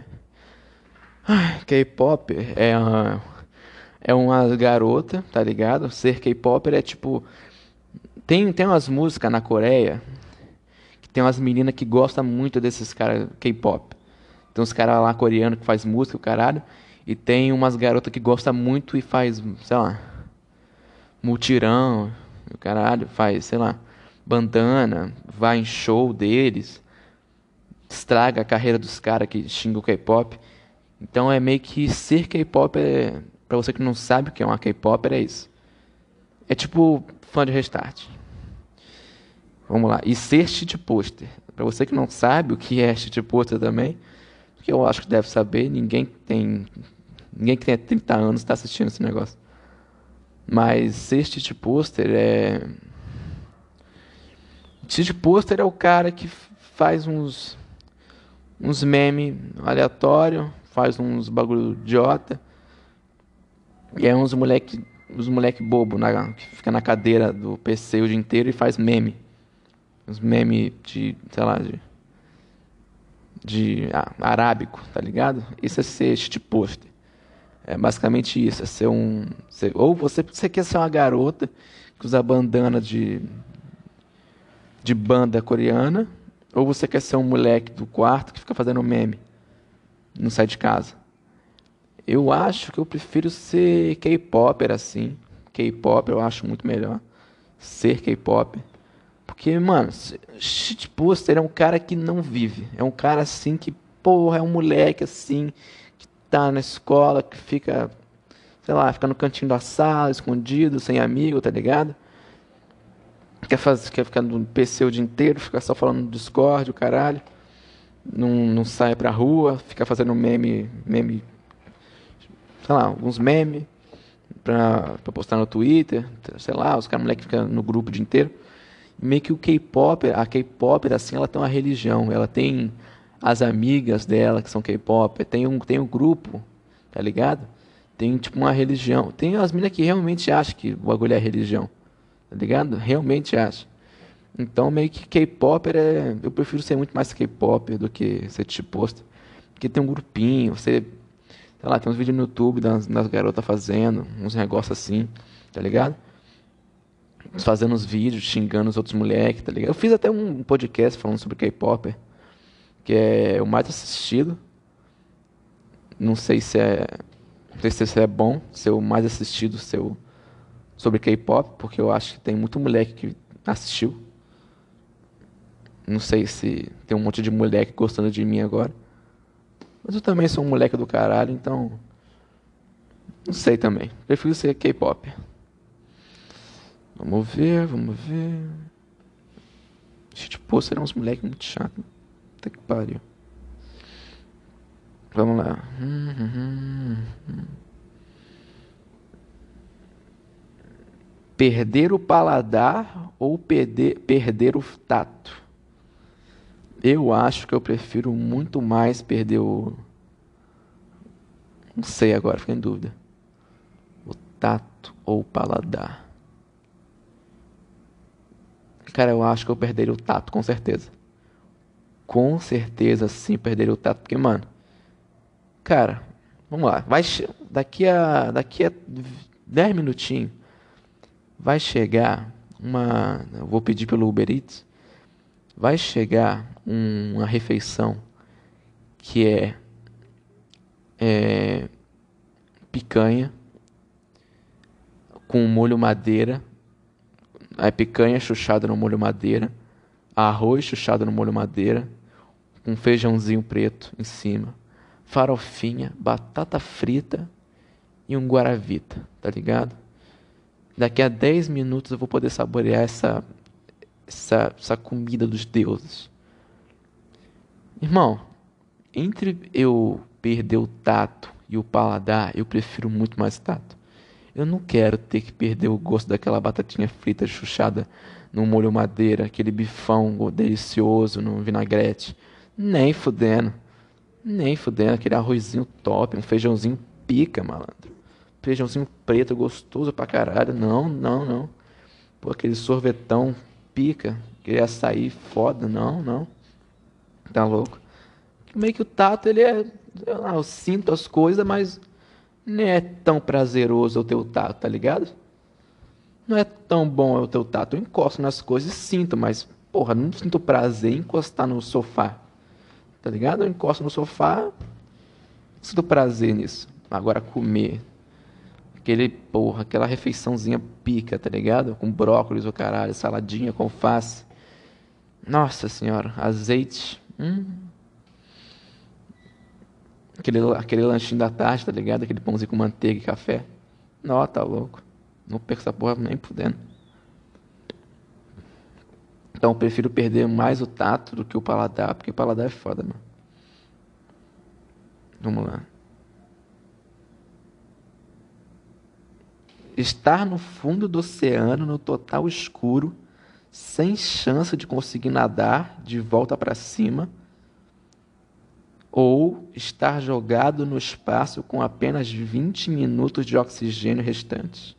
K-popper é uma garota, tá ligado? Ser K-popper é tipo. Tem umas músicas na Coreia que tem umas meninas que gostam muito desses caras K-pop. Tem uns caras lá coreanos que faz música, o caralho. E tem umas garotas que gostam muito e faz, sei lá, mutirão, o caralho, faz, sei lá, bandana, vai em show deles, estraga a carreira dos caras que xingam o K-pop. Então é meio que ser K-pop é, pra você que não sabe o que é uma K-pop, é isso. É tipo fã de Restart. Vamos lá. E ser shitposter. Pra você que não sabe o que é shitposter também, que eu acho que deve saber, ninguém que tenha 30 anos está assistindo esse negócio. Mas ser shitposter é shitposter é o cara que faz uns meme aleatório, faz uns bagulho idiota. E é uns moleque bobo que fica na cadeira do PC o dia inteiro e faz meme. Uns meme de, sei lá, de arábico, tá ligado? Isso é ser shitposter. É basicamente isso, é ser ou você quer ser uma garota que usa bandana de banda coreana, ou você quer ser um moleque do quarto que fica fazendo meme, não sai de casa. Eu acho que eu prefiro ser K-popper assim. K-pop eu acho muito melhor. Ser K-pop. Porque, mano, shitposter é um cara que não vive. É um cara assim que, porra, é um moleque assim, que tá na escola, que fica, sei lá, fica no cantinho da sala, escondido, sem amigo, tá ligado? Quer ficar no PC o dia inteiro, ficar só falando no Discord, o caralho. Não sai pra rua, fica fazendo meme, sei lá, alguns memes pra postar no Twitter, sei lá, os caras moleque ficam no grupo o dia inteiro. Meio que o K-pop, a K-pop, assim, ela tem uma religião, ela tem as amigas dela que são K-pop, tem um grupo, tá ligado? Tem tipo uma religião. Tem as minas que realmente acham que o bagulho é religião, tá ligado? Realmente acham. Então meio que K-pop eu prefiro ser muito mais K-pop do que ser T-poster. Porque tem um grupinho, sei lá, tem uns vídeos no YouTube das garotas fazendo, uns negócios assim, tá ligado? Fazendo uns vídeos, xingando os outros moleques, tá ligado? Eu fiz até um podcast falando sobre K-pop, que é o mais assistido. Não sei se é, não sei se é bom ser o mais assistido sobre K-pop, porque eu acho que tem muito moleque que assistiu. Não sei se tem um monte de moleque gostando de mim agora. Mas eu também sou um moleque do caralho, então não sei também. Prefiro ser K-pop. Vamos ver, vamos ver. Tipo, serão uns moleques muito chatos. Puta que pariu. Vamos lá. Perder o paladar ou perder o tato? Eu acho que eu prefiro muito mais perder o. Não sei agora, fiquei em dúvida. O tato ou o paladar? Cara, eu acho que eu perderia o tato, com certeza. Com certeza, sim, perderia o tato. Porque, mano, cara, vamos lá. Daqui a 10 minutinhos vai chegar uma. Eu vou pedir pelo Uber Eats. Vai chegar uma refeição que é picanha com molho madeira. A picanha chuchada no molho madeira, arroz chuchado no molho madeira, com feijãozinho preto em cima, farofinha, batata frita e um guaravita, tá ligado? Daqui a 10 minutos eu vou poder saborear essa comida dos deuses. Irmão, entre eu perder o tato e o paladar, eu prefiro muito mais tato. Eu não quero ter que perder o gosto daquela batatinha frita chuchada no molho madeira, aquele bifão delicioso no vinagrete. Nem fudendo. Nem fudendo. Aquele arrozinho top, um feijãozinho pica, malandro. Feijãozinho preto gostoso pra caralho. Não, não, não. Pô, aquele sorvetão pica, aquele açaí foda. Não, não. Tá louco. Meio que o tato, ele é. Eu sinto as coisas, mas nem é tão prazeroso o teu tato, tá ligado? Não é tão bom o teu tato. Eu encosto nas coisas e sinto, mas, porra, não sinto prazer em encostar no sofá, tá ligado? Eu encosto no sofá, não sinto prazer nisso. Agora comer aquela refeiçãozinha pica, tá ligado? Com brócolis, o caralho, saladinha com alface. Nossa senhora, azeite. Aquele lanchinho da tarde, tá ligado? Aquele pãozinho com manteiga e café. Nó, tá louco. Não perco essa porra nem podendo. Então eu prefiro perder mais o tato do que o paladar, porque o paladar é foda, mano. Vamos lá. Estar no fundo do oceano, no total escuro, sem chance de conseguir nadar de volta pra cima, ou estar jogado no espaço com apenas 20 minutos de oxigênio restantes.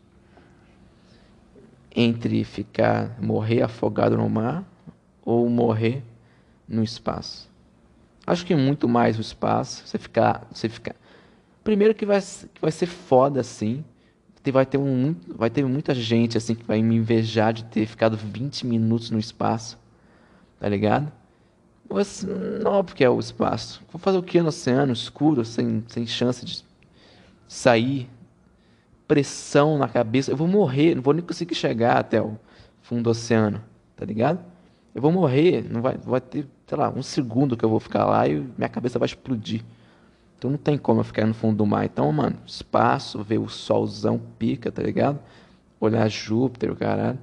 Entre morrer afogado no mar ou morrer no espaço. Acho que muito mais o espaço. Você ficar. Primeiro que vai ser foda assim. Vai ter muita gente assim que vai me invejar de ter ficado 20 minutos no espaço, tá ligado? Mas não, porque é o espaço. Vou fazer o que no oceano escuro, sem chance de sair, pressão na cabeça. Eu vou morrer, não vou nem conseguir chegar até o fundo do oceano, tá ligado? Eu vou morrer, não vai ter, sei lá, um segundo que eu vou ficar lá e minha cabeça vai explodir. Então não tem como eu ficar no fundo do mar. Então, mano, espaço, ver o solzão pica, tá ligado? Olhar Júpiter, o caralho.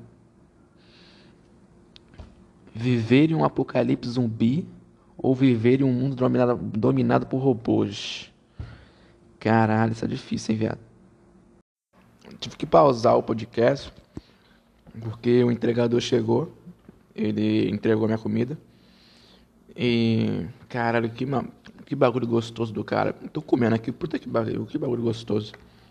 Viver em um apocalipse zumbi ou viver em um mundo dominado por robôs? Caralho, isso é difícil, hein, viado? Tive que pausar o podcast porque o entregador chegou, ele entregou minha comida E, caralho, que bagulho gostoso do cara. Tô comendo aqui, puta que bagulho gostoso.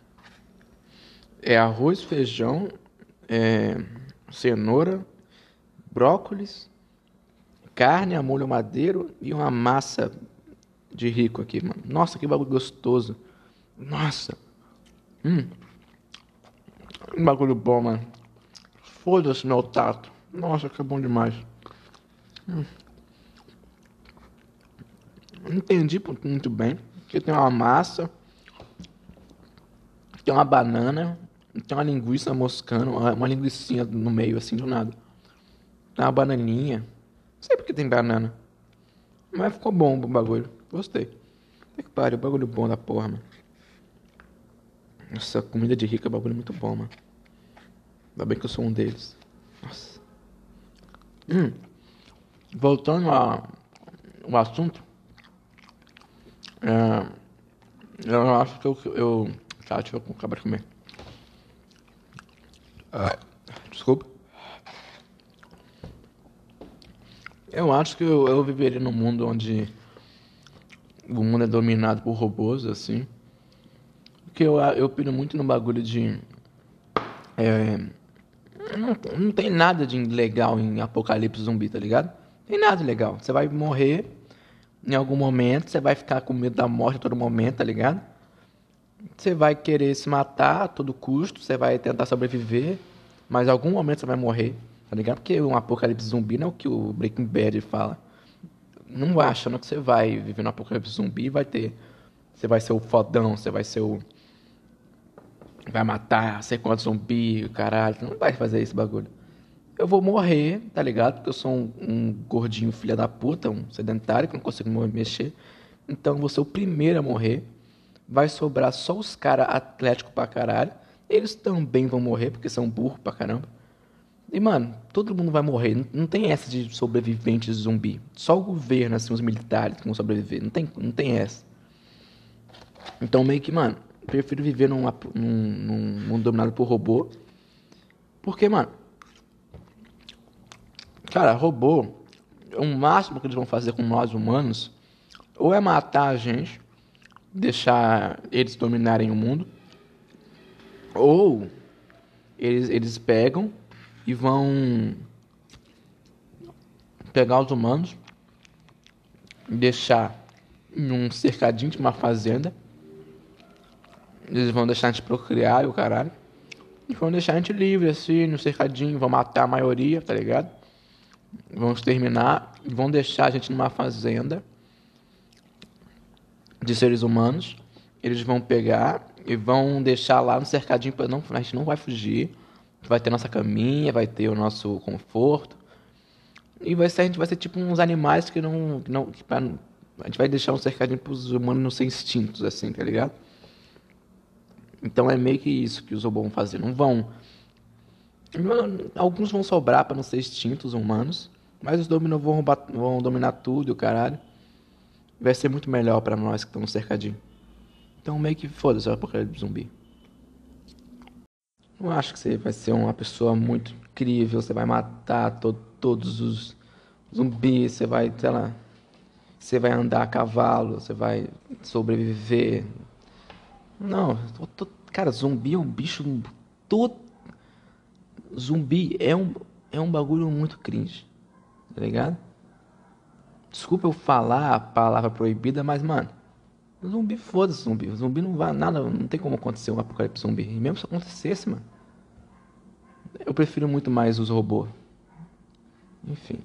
É arroz, feijão, cenoura, brócolis, carne a molho madeiro e uma massa de rico aqui, mano. Nossa, que bagulho gostoso. Nossa. Que bagulho bom, mano. Foda-se meu tato. Nossa, que bom demais. Não entendi muito bem. Porque tem uma massa, tem uma banana, tem uma linguiça moscando, uma linguicinha no meio, assim, do nada. Tem uma bananinha. Não sei porque tem banana. Mas ficou bom o bagulho. Gostei. Até que pariu, bagulho bom da porra, mano. Nossa, comida de rico é bagulho muito bom, mano. Ainda bem que eu sou um deles. Nossa. Voltando ao assunto. Eu acho que eu. Tá, deixa eu acabar de comer. Desculpa. Eu acho que eu viveria num mundo onde o mundo é dominado por robôs, assim. Porque eu piro muito no bagulho de. Não tem nada de legal em Apocalipse Zumbi, tá ligado? Tem nada de legal. Você vai morrer em algum momento, você vai ficar com medo da morte a todo momento, tá ligado? Você vai querer se matar a todo custo, você vai tentar sobreviver, mas em algum momento você vai morrer, tá ligado? Porque um apocalipse zumbi não é o que o Breaking Bad fala. Não vai achando que você vai viver no apocalipse zumbi e vai ter. Você vai ser o fodão, você vai ser o. Vai matar, sei quanto zumbi, caralho. Não vai fazer esse bagulho. Eu vou morrer, tá ligado? Porque eu sou um gordinho filha da puta, um sedentário que não consigo me mexer. Então eu vou ser o primeiro a morrer. Vai sobrar só os caras atléticos pra caralho. Eles também vão morrer, porque são burros pra caramba. E, mano, todo mundo vai morrer. Não tem essa de sobrevivente zumbi. Só o governo, assim, os militares que vão sobreviver. Não tem essa. Então, meio que, mano, prefiro viver num mundo dominado por robô. Porque, mano, cara, robô, o máximo que eles vão fazer com nós humanos, ou é matar a gente, deixar eles dominarem o mundo, ou eles pegam e vão pegar os humanos, deixar em um cercadinho de uma fazenda, eles vão deixar a gente procriar e o caralho, e vão deixar a gente livre assim, no cercadinho, vão matar a maioria, tá ligado? Vão exterminar, vão deixar a gente numa fazenda de seres humanos, eles vão pegar e vão deixar lá no cercadinho, para não, a gente não vai fugir, vai ter nossa caminha, vai ter o nosso conforto, e a gente vai ser tipo uns animais que não a gente vai deixar um cercadinho para os humanos não ser extintos, assim, tá ligado? Então é meio que isso que os robôs vão fazer, não vão. Alguns vão sobrar para não ser extintos, os humanos, mas os dominos vão dominar tudo, o caralho. Vai ser muito melhor para nós que estamos cercadinhos. Então meio que foda-se o apocalipse zumbi. Não acho que você vai ser uma pessoa muito incrível, você vai matar todos os zumbis, você vai, sei lá, você vai andar a cavalo, você vai sobreviver. Não, cara, zumbi é um bicho. Todo, zumbi é um bagulho muito cringe, tá ligado? Desculpa eu falar a palavra proibida, mas, mano, zumbi, foda-se zumbi. Zumbi não vai nada, não tem como acontecer um apocalipse zumbi. E mesmo se acontecesse, mano, eu prefiro muito mais os robôs. Enfim.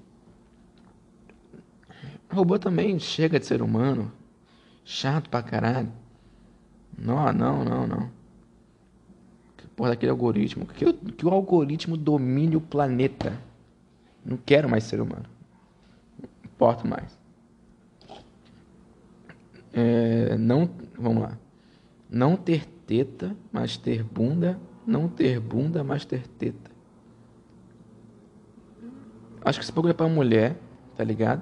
Robô também chega de ser humano. Chato pra caralho. Não, não, não, não. Que porra daquele algoritmo. Que o algoritmo domine o planeta. Não quero mais ser humano. Não importo mais. Não, vamos lá. Não ter teta, mas ter bunda. Não ter bunda, mas ter teta. Acho que esse bagulho é pra mulher, tá ligado?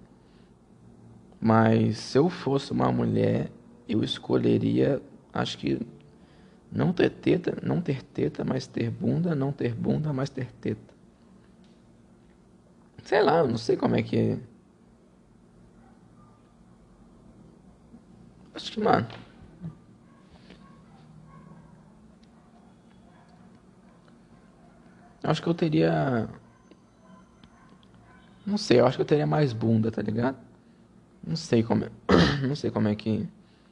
Mas se eu fosse uma mulher, eu escolheria, acho que não ter teta, mas ter bunda, não ter bunda, mas ter teta. Sei lá, eu não sei como é que é. Acho que, mano, acho que eu teria. Não sei, eu acho que eu teria mais bunda, tá ligado? Não sei como é. Não sei como é que.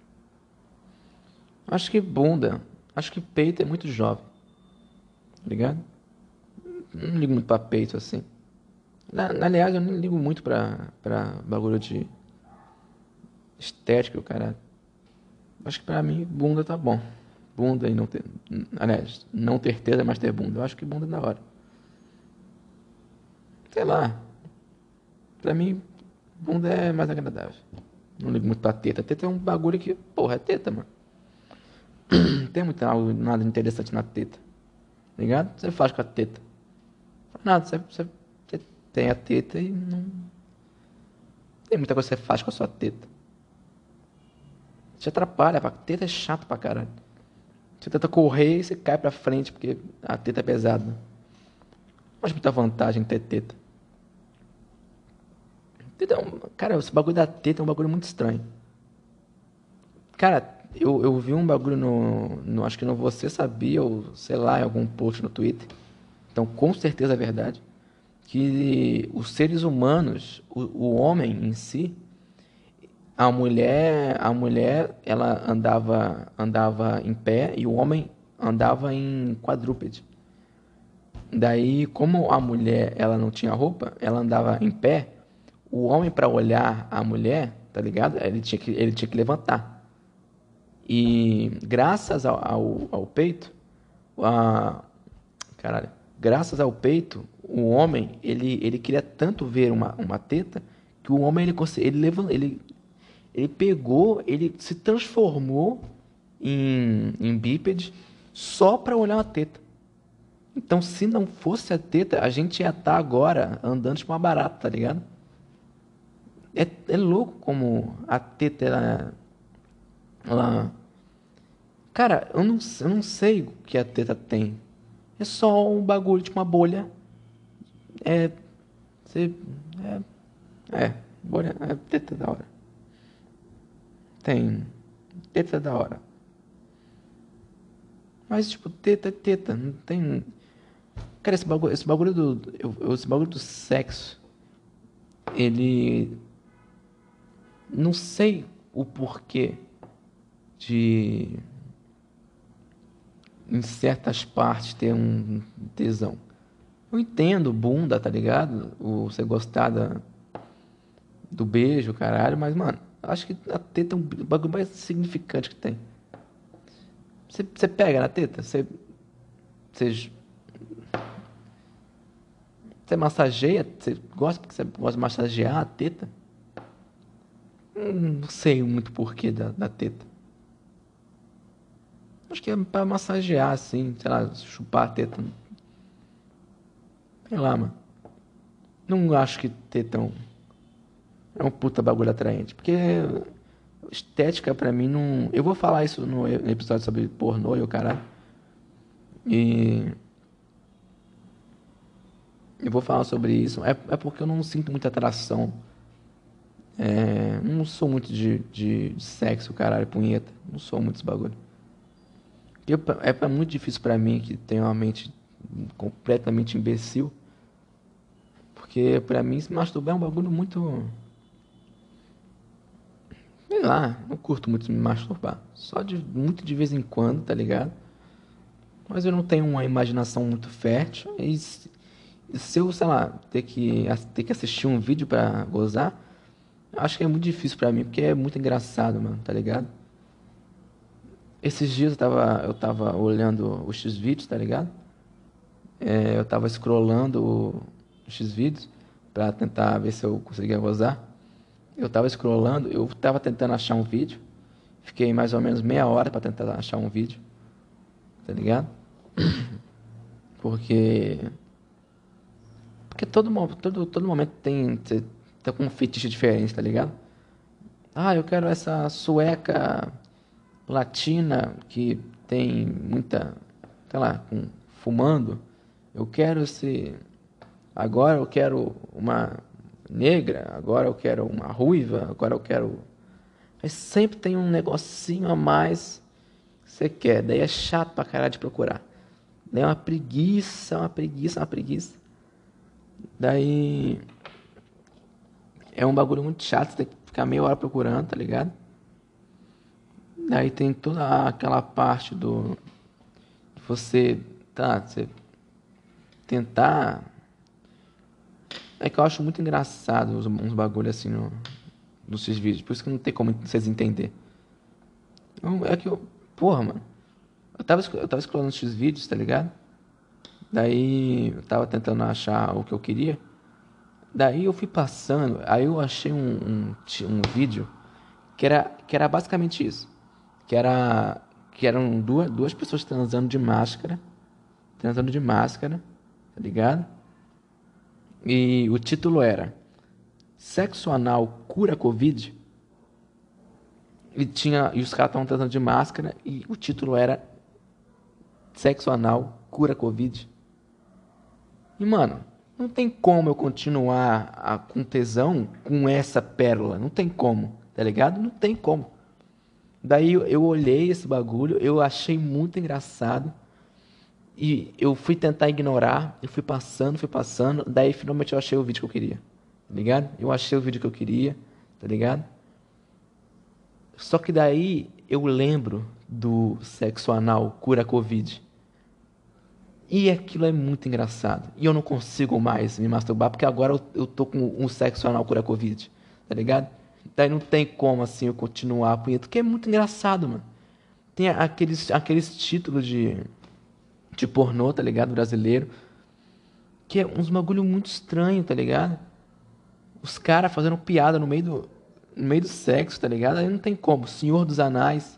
Acho que bunda. Acho que peito é muito jovem, tá ligado? Não ligo muito pra peito assim. Aliás, eu nem ligo muito pra bagulho de estética, o cara. Acho que pra mim, bunda tá bom. Bunda e não ter. Aliás, não ter teta, mas ter bunda. Eu acho que bunda é da hora. Sei lá. Pra mim, bunda é mais agradável. Não ligo muito pra teta. Teta é um bagulho que, porra, é teta, mano. Não tem muito nada interessante na teta. Tá ligado? Você faz com a teta. Faz nada, você tem a teta e não tem muita coisa que você faz com a sua teta. Te atrapalha, pá. Teta é chato pra caralho. Você tenta correr e você cai pra frente porque a teta é pesada. Mas muita vantagem em ter teta. Cara, esse bagulho da teta é um bagulho muito estranho. Cara, eu vi um bagulho acho que no Você Sabia, ou sei lá, em algum post no Twitter. Então, com certeza é verdade. Que os seres humanos, o homem em si, a mulher, ela andava em pé e o homem andava em quadrúpede. Daí, como a mulher, ela não tinha roupa, ela andava em pé, o homem para olhar a mulher, tá ligado? Ele tinha que levantar. E graças ao peito, a, caralho, graças ao peito, o homem, ele queria tanto ver uma teta que o homem ele pegou, ele se transformou em bípede só para olhar uma teta. Então, se não fosse a teta, a gente ia estar agora andando tipo uma barata, tá ligado? É louco como a teta, ela. Cara, eu não sei o que a teta tem. É só um bagulho, tipo uma bolha. É. Você. Bolha. É teta da hora. Tem. Teta da hora. Mas, tipo, teta é teta. Não tem. Cara, esse bagulho do sexo, ele. Não sei o porquê de, em certas partes, ter um tesão. Eu entendo bunda, tá ligado? Você gostar do beijo, caralho, mas, mano, eu acho que a teta é um bagulho mais significante que tem. Você pega na teta, você massageia, você gosta porque você gosta de massagear a teta? Não sei muito porquê da teta. Acho que é pra massagear, assim, sei lá, chupar a teta. Sei lá, mano. Não acho que teta é um puta bagulho atraente. Porque estética pra mim não. Eu vou falar isso no episódio sobre pornô e o caralho. E eu vou falar sobre isso. É porque eu não sinto muita atração. Não sou muito de sexo, caralho, punheta. Não sou muito esse bagulho. É muito difícil pra mim, que tenho uma mente completamente imbecil. Porque pra mim se masturbar é um bagulho muito. Sei lá, não curto muito me masturbar. Só muito de vez em quando, tá ligado? Mas eu não tenho uma imaginação muito fértil. E se eu, sei lá, ter que assistir um vídeo pra gozar, acho que é muito difícil pra mim, porque é muito engraçado, mano, tá ligado? Esses dias eu tava olhando os X-Vídeos, tá ligado? Eu tava scrollando os X-Vídeos pra tentar ver se eu conseguia gozar. Eu tava scrollando, eu tava tentando achar um vídeo. Fiquei mais ou menos meia hora pra tentar achar um vídeo, tá ligado? Porque. Porque todo momento você tá com um fetiche diferente, tá ligado? Ah, eu quero essa sueca latina que tem muita, sei lá, fumando. Eu quero esse. Agora eu quero uma negra, agora eu quero uma ruiva, agora eu quero. Mas sempre tem um negocinho a mais que você quer. Daí é chato pra caralho de procurar. Daí é uma preguiça, uma preguiça, uma preguiça. Daí é um bagulho muito chato, você tem que ficar meia hora procurando, tá ligado? Daí tem toda aquela parte do você, tá, você tentar. É que eu acho muito engraçado uns bagulhos assim nos seus vídeos, por isso que não tem como vocês entenderem. É que eu, porra, mano, eu tava scrollando esses vídeos, tá ligado? Daí eu tava tentando achar o que eu queria. Daí eu fui passando, aí eu achei um vídeo que era basicamente isso. Que era que eram duas pessoas transando de máscara, tá ligado? E o título era Sexo anal cura Covid? E os caras estavam transando de máscara e o título era Sexo anal cura Covid? E, mano, não tem como eu continuar com tesão com essa pérola. Não tem como, tá ligado? Não tem como. Daí eu olhei esse bagulho, eu achei muito engraçado. E eu fui tentar ignorar, eu fui passando. Daí finalmente eu achei o vídeo que eu queria, tá ligado? Eu achei o vídeo que eu queria, tá ligado? Só que daí eu lembro do sexo anal cura Covid. E aquilo é muito engraçado. E eu não consigo mais me masturbar, porque agora eu tô com um sexo anal cura Covid. Tá ligado? Daí não tem como assim eu continuar a punheta, porque é muito engraçado, mano. Tem aqueles títulos de pornô, tá ligado? Brasileiro. Que é uns bagulho muito estranho, tá ligado? Os caras fazendo piada no meio do sexo, tá ligado? Aí não tem como. Senhor dos Anais.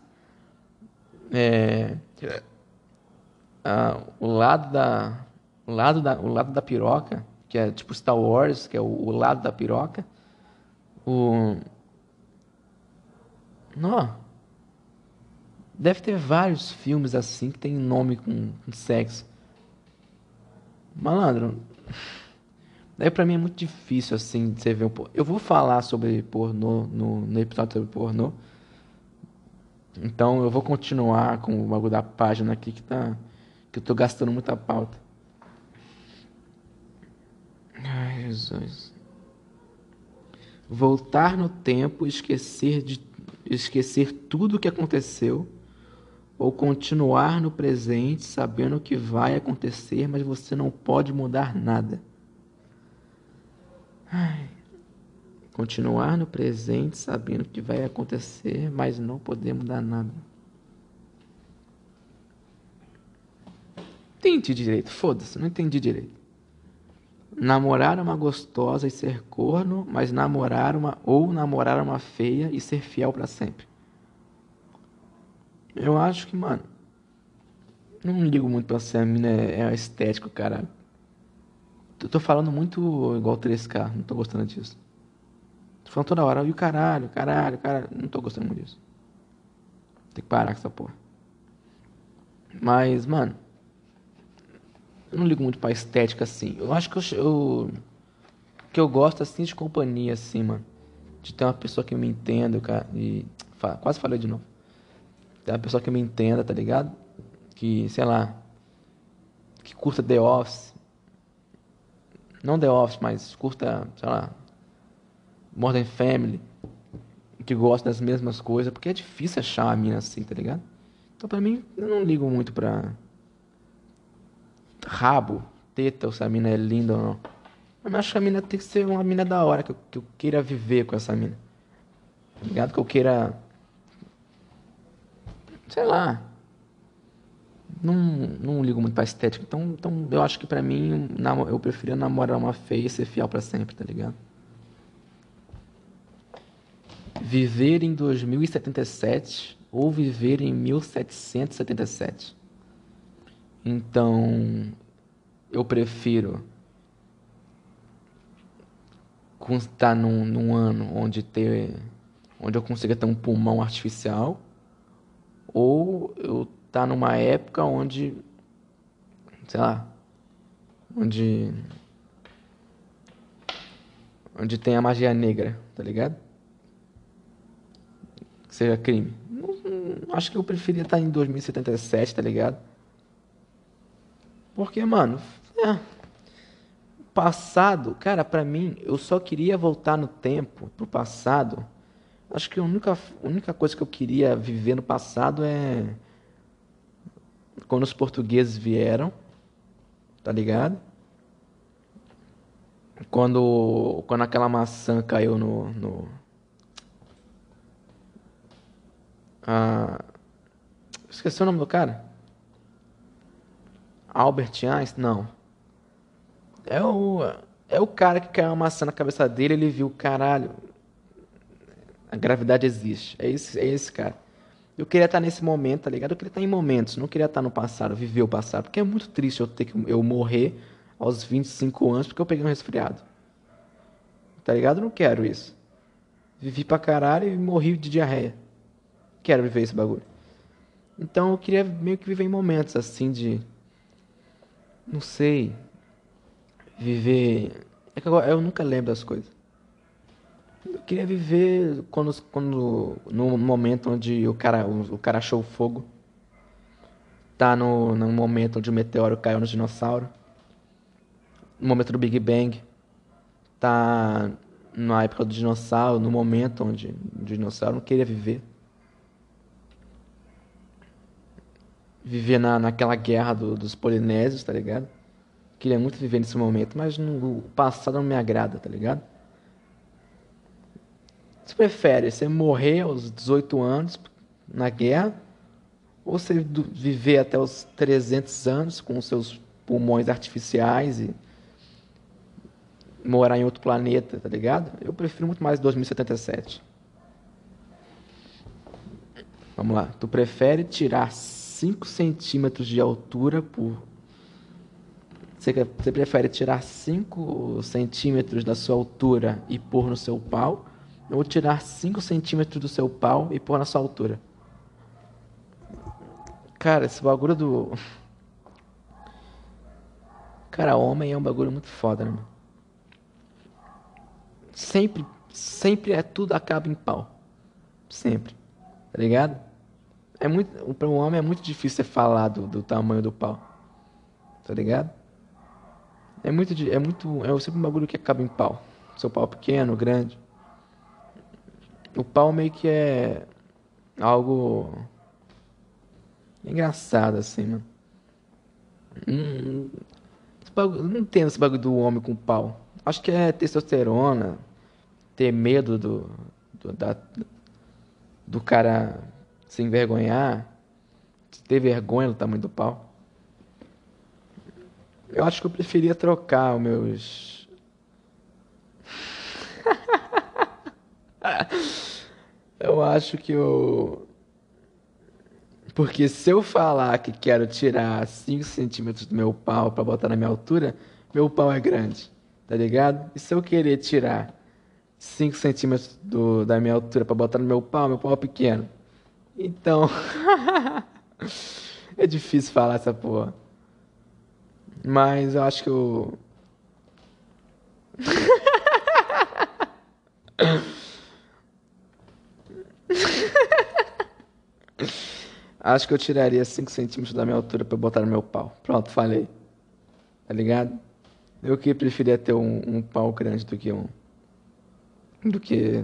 É. O lado da. O lado da piroca, que é tipo Star Wars, que é o lado da piroca. O. Não, deve ter vários filmes assim que tem nome com sexo. Malandro, daí pra mim é muito difícil assim de você ver um pornô. Eu vou falar sobre pornô no episódio sobre pornô. Então eu vou continuar com o bagulho da página aqui que eu tô gastando muita pauta. Ai, Jesus. Voltar no tempo, esquecer tudo o que aconteceu, ou continuar no presente sabendo o que vai acontecer, mas você não pode mudar nada. Continuar no presente sabendo o que vai acontecer, mas não poder mudar nada. Entendi direito, foda-se, não entendi direito. Namorar uma gostosa e ser corno, mas namorar uma feia e ser fiel pra sempre. Eu acho que, mano, não ligo muito pra ser a mina é estético, cara. Eu tô falando muito igual 3K, não tô gostando disso. Tô falando toda hora, e o caralho, caralho, caralho. Não tô gostando muito disso. Tem que parar com essa porra. Mas, mano, eu não ligo muito pra estética assim. Eu acho que eu gosto assim de companhia, assim, mano. De ter uma pessoa que me entenda, cara. E quase falei de novo. Ter uma pessoa que me entenda, tá ligado? Que, sei lá, que curta The Office. Não The Office, mas curta, sei lá, Modern Family. Que gosta das mesmas coisas. Porque é difícil achar uma mina assim, tá ligado? Então, pra mim, eu não ligo muito pra rabo, teta, ou se a mina é linda ou não. Eu acho que a mina tem que ser uma mina da hora, que eu queira viver com essa mina. Tá ligado? Que eu queira, sei lá, não ligo muito pra estética. Então eu acho que pra mim, eu preferia namorar uma feia e ser fiel pra sempre, tá ligado? Viver em 2077 ou viver em 1777. Então, eu prefiro estar num ano onde eu consiga ter um pulmão artificial, ou eu estar numa época onde, sei lá, onde tem a magia negra, tá ligado? seja crime. Acho que eu preferia estar em 2077, tá ligado? Porque, mano, é, passado, cara, pra mim, eu só queria voltar no tempo, pro passado. Acho que a única coisa que eu queria viver no passado é quando os portugueses vieram, tá ligado? Quando aquela maçã caiu ah, esqueci o nome do cara? Albert Einstein? Não. É o, é o cara que caiu uma maçã na cabeça dele, ele viu, caralho, a gravidade existe. É esse cara. Eu queria estar nesse momento, tá ligado? Eu queria estar em momentos, não queria estar no passado, viver o passado. Porque é muito triste eu morrer aos 25 anos porque eu peguei um resfriado. Tá ligado? Eu não quero isso. Vivi pra caralho e morri de diarreia. Quero viver esse bagulho. Então eu queria meio que viver em momentos assim de. Não sei. Viver. É que agora eu nunca lembro das coisas. Eu queria viver no momento onde o cara achou o fogo. Tá no momento onde o meteoro caiu no dinossauro. No momento do Big Bang. Tá na época do dinossauro, no momento onde o dinossauro não queria viver. Viver naquela guerra dos polinésios, tá ligado? Queria muito viver nesse momento, mas o passado não me agrada, tá ligado? Você prefere você morrer aos 18 anos na guerra ou você viver até os 300 anos com seus pulmões artificiais e morar em outro planeta, tá ligado? Eu prefiro muito mais 2077. Vamos lá. Tu prefere tirar 5 centímetros de altura por. Você prefere tirar 5 centímetros da sua altura e pôr no seu pau? Ou tirar 5 centímetros do seu pau e pôr na sua altura? Cara, esse bagulho do. Cara, homem é um bagulho muito foda, né, mano? Sempre, sempre é tudo acaba em pau. Sempre. Tá ligado? Para um homem é muito difícil você falar do tamanho do pau. Tá ligado? É sempre um bagulho que acaba em pau. Seu pau pequeno, grande. O pau meio que é algo engraçado, assim, mano. Hum, não entendo esse bagulho do homem com pau. Acho que é testosterona, ter medo do cara se envergonhar, ter vergonha do tamanho do pau. Eu acho que eu preferia trocar os meus. Eu acho que eu. Porque se eu falar que quero tirar 5 centímetros do meu pau pra botar na minha altura, meu pau é grande, tá ligado? E se eu querer tirar 5 centímetros da minha altura pra botar no meu pau é pequeno. Então, é difícil falar essa porra. Mas eu acho que eu. Acho que eu tiraria 5 centímetros da minha altura pra botar no meu pau. Pronto, falei. Tá ligado? Eu que preferia ter um pau grande do que um. Do que.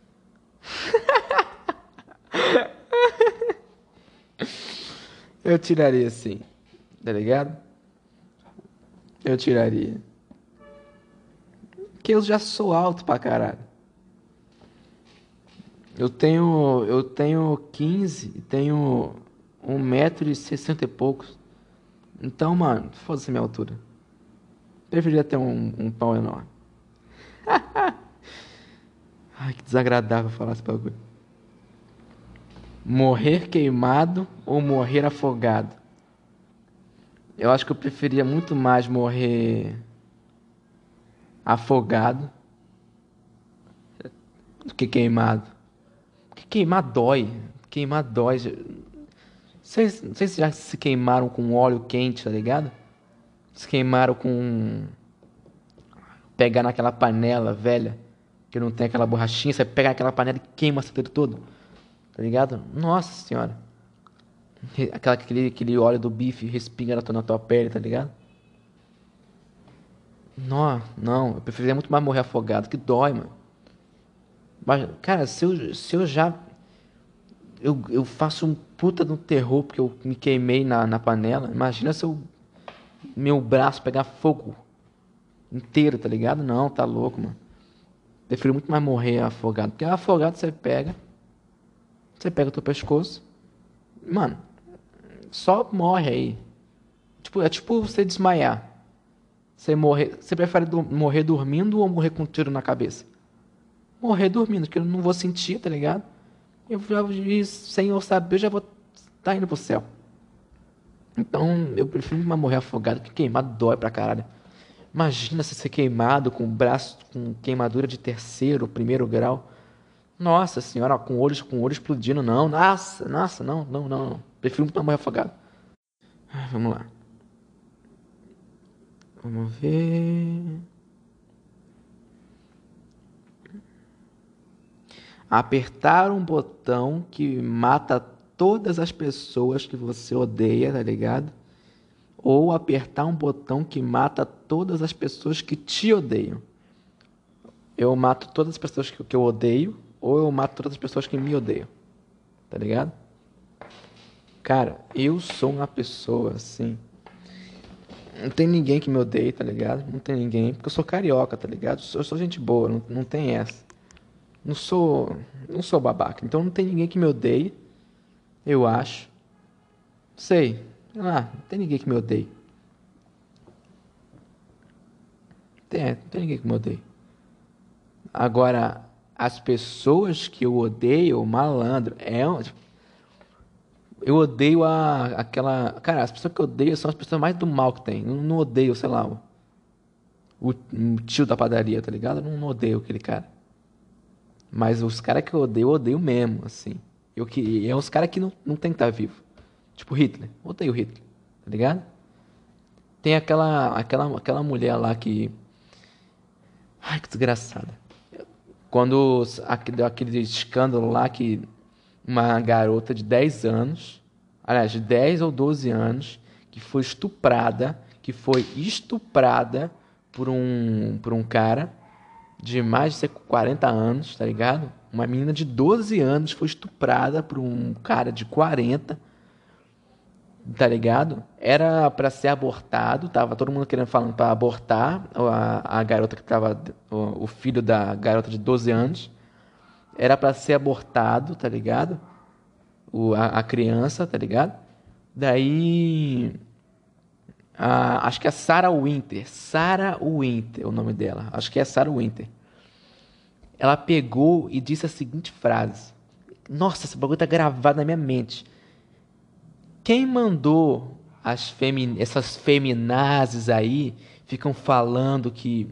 Eu tiraria sim. Tá ligado? Eu tiraria. Porque eu já sou alto pra caralho. Eu tenho 15 e tenho 1,60 m e poucos. Então, mano, foda-se a minha altura. Preferia ter um pau enorme. Ai, que desagradável falar esse bagulho. Morrer queimado ou morrer afogado? Eu acho que eu preferia muito mais morrer afogado do que queimado. Porque queimar dói. Queimar dói. Não sei se já se queimaram com óleo quente, tá ligado? Se queimaram com. Pegar naquela panela velha, que não tem aquela borrachinha, você pega aquela panela e queima o dedo todo. tá ligado? Nossa senhora. Aquele óleo do bife respinga na tua pele, tá ligado? Não, não, eu preferiria muito mais morrer afogado, que dói, mano. Mas, cara, se eu já. Eu faço um puta no terror porque eu me queimei na panela. Imagina se meu braço pegar fogo inteiro, tá ligado? Não, tá louco, mano. Prefiro muito mais morrer afogado. Porque afogado você pega o teu pescoço, mano, só morre aí. Tipo, é tipo você desmaiar. Você prefere morrer dormindo ou morrer com um tiro na cabeça? Morrer dormindo, porque eu não vou sentir, tá ligado? Sem eu saber, eu já vou estar indo pro céu. Então, eu prefiro mais morrer afogado, que queimado dói pra caralho. Imagina se ser queimado com o braço com queimadura de terceiro, primeiro grau. Nossa senhora, com o olho explodindo, não. Nossa, nossa, não, não, não, não. Prefiro muito mais morrer afogado. Vamos lá. Vamos ver. Apertar um botão que mata todas as pessoas que você odeia, tá ligado? Ou apertar um botão que mata todas as pessoas que te odeiam. Eu mato todas as pessoas que eu odeio, ou eu mato todas as pessoas que me odeiam. Tá ligado? Cara, eu sou uma pessoa assim. Não tem ninguém que me odeie, tá ligado? Não tem ninguém, porque eu sou carioca, tá ligado? Eu sou gente boa, não tem essa. Não sou, não sou babaca. Então não tem ninguém que me odeie, eu acho. Sei. Não tem ninguém que me odeie. Não tem ninguém que me odeie. Agora, as pessoas que eu odeio, malandro, eu odeio aquela. Cara, as pessoas que eu odeio são as pessoas mais do mal que tem. Eu não odeio, sei lá, o tio da padaria, tá ligado? Eu não odeio aquele cara. Mas os caras que eu odeio mesmo, assim. É os caras que não tem que estar vivo. Tipo Hitler. Eu odeio Hitler, tá ligado? Tem aquela mulher lá que. Ai, que desgraçada. Quando deu aquele escândalo lá que uma garota de 10 anos, aliás, de 10 ou 12 anos, que foi estuprada por um cara de mais de 40 anos, tá ligado? Uma menina de 12 anos foi estuprada por um cara de 40, tá ligado? Era pra ser abortado, tava todo mundo querendo falando pra abortar a garota que tava, o filho da garota de 12 anos. Era pra ser abortado, tá ligado? A criança, tá ligado? Daí, acho que é Sarah Winter, o nome dela. Acho que é Sarah Winter. Ela pegou e disse a seguinte frase. Nossa, esse bagulho tá gravado na minha mente. Quem mandou essas feminazes aí ficam falando que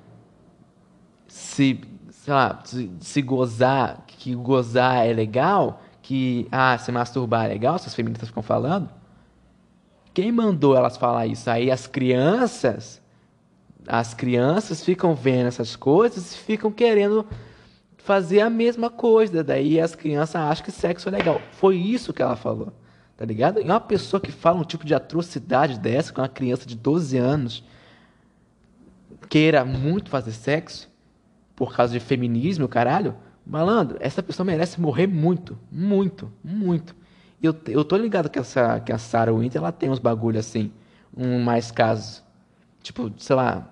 se, sei lá, se gozar, que gozar é legal, que se masturbar é legal, essas feministas ficam falando? Quem mandou elas falar isso? Aí as crianças ficam vendo essas coisas e ficam querendo fazer a mesma coisa. Daí as crianças acham que sexo é legal. Foi isso que ela falou, tá ligado? E uma pessoa que fala um tipo de atrocidade dessa com uma criança de 12 anos queira muito fazer sexo por causa de feminismo, caralho, malandro, essa pessoa merece morrer muito, muito, muito. Eu tô ligado que a Sarah Winter, ela tem uns bagulho assim, mais casos. Tipo, sei lá,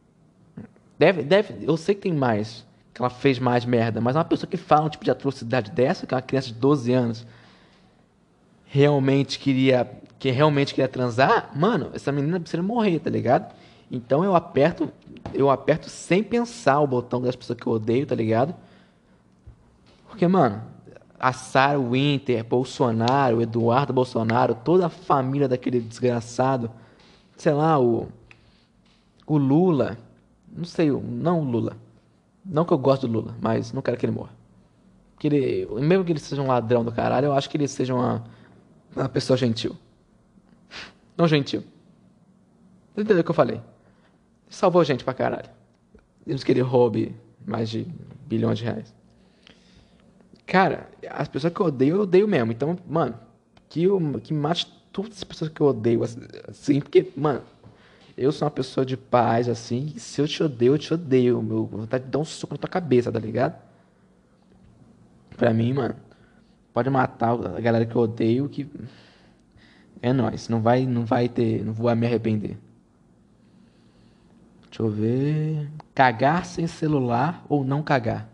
eu sei que tem mais, que ela fez mais merda, mas uma pessoa que fala um tipo de atrocidade dessa, que é uma criança de 12 anos, que realmente queria transar, mano, essa menina precisa morrer, tá ligado? Então eu aperto sem pensar o botão das pessoas que eu odeio, tá ligado? Porque, mano, a Sarah Winter, Bolsonaro, Eduardo Bolsonaro, toda a família daquele desgraçado, sei lá, o Lula, não sei, não o Lula. Não que eu gosto do Lula, mas não quero que ele morra. Mesmo que ele seja um ladrão do caralho, eu acho que ele seja uma pessoa gentil. Não gentil. Você entendeu o que eu falei? Salvou gente pra caralho. Digamos que ele roube mais de bilhões de reais. Cara, as pessoas que eu odeio mesmo. Então, mano, que mate todas as pessoas que eu odeio, assim, porque, mano, eu sou uma pessoa de paz, assim, e se eu te odeio, eu te odeio. Meu, vontade de dar um soco na tua cabeça, tá ligado? Pra mim, mano, pode matar a galera que eu odeio, que é nóis. Não vai ter, não vou me arrepender. Deixa eu ver. Cagar sem celular ou não cagar?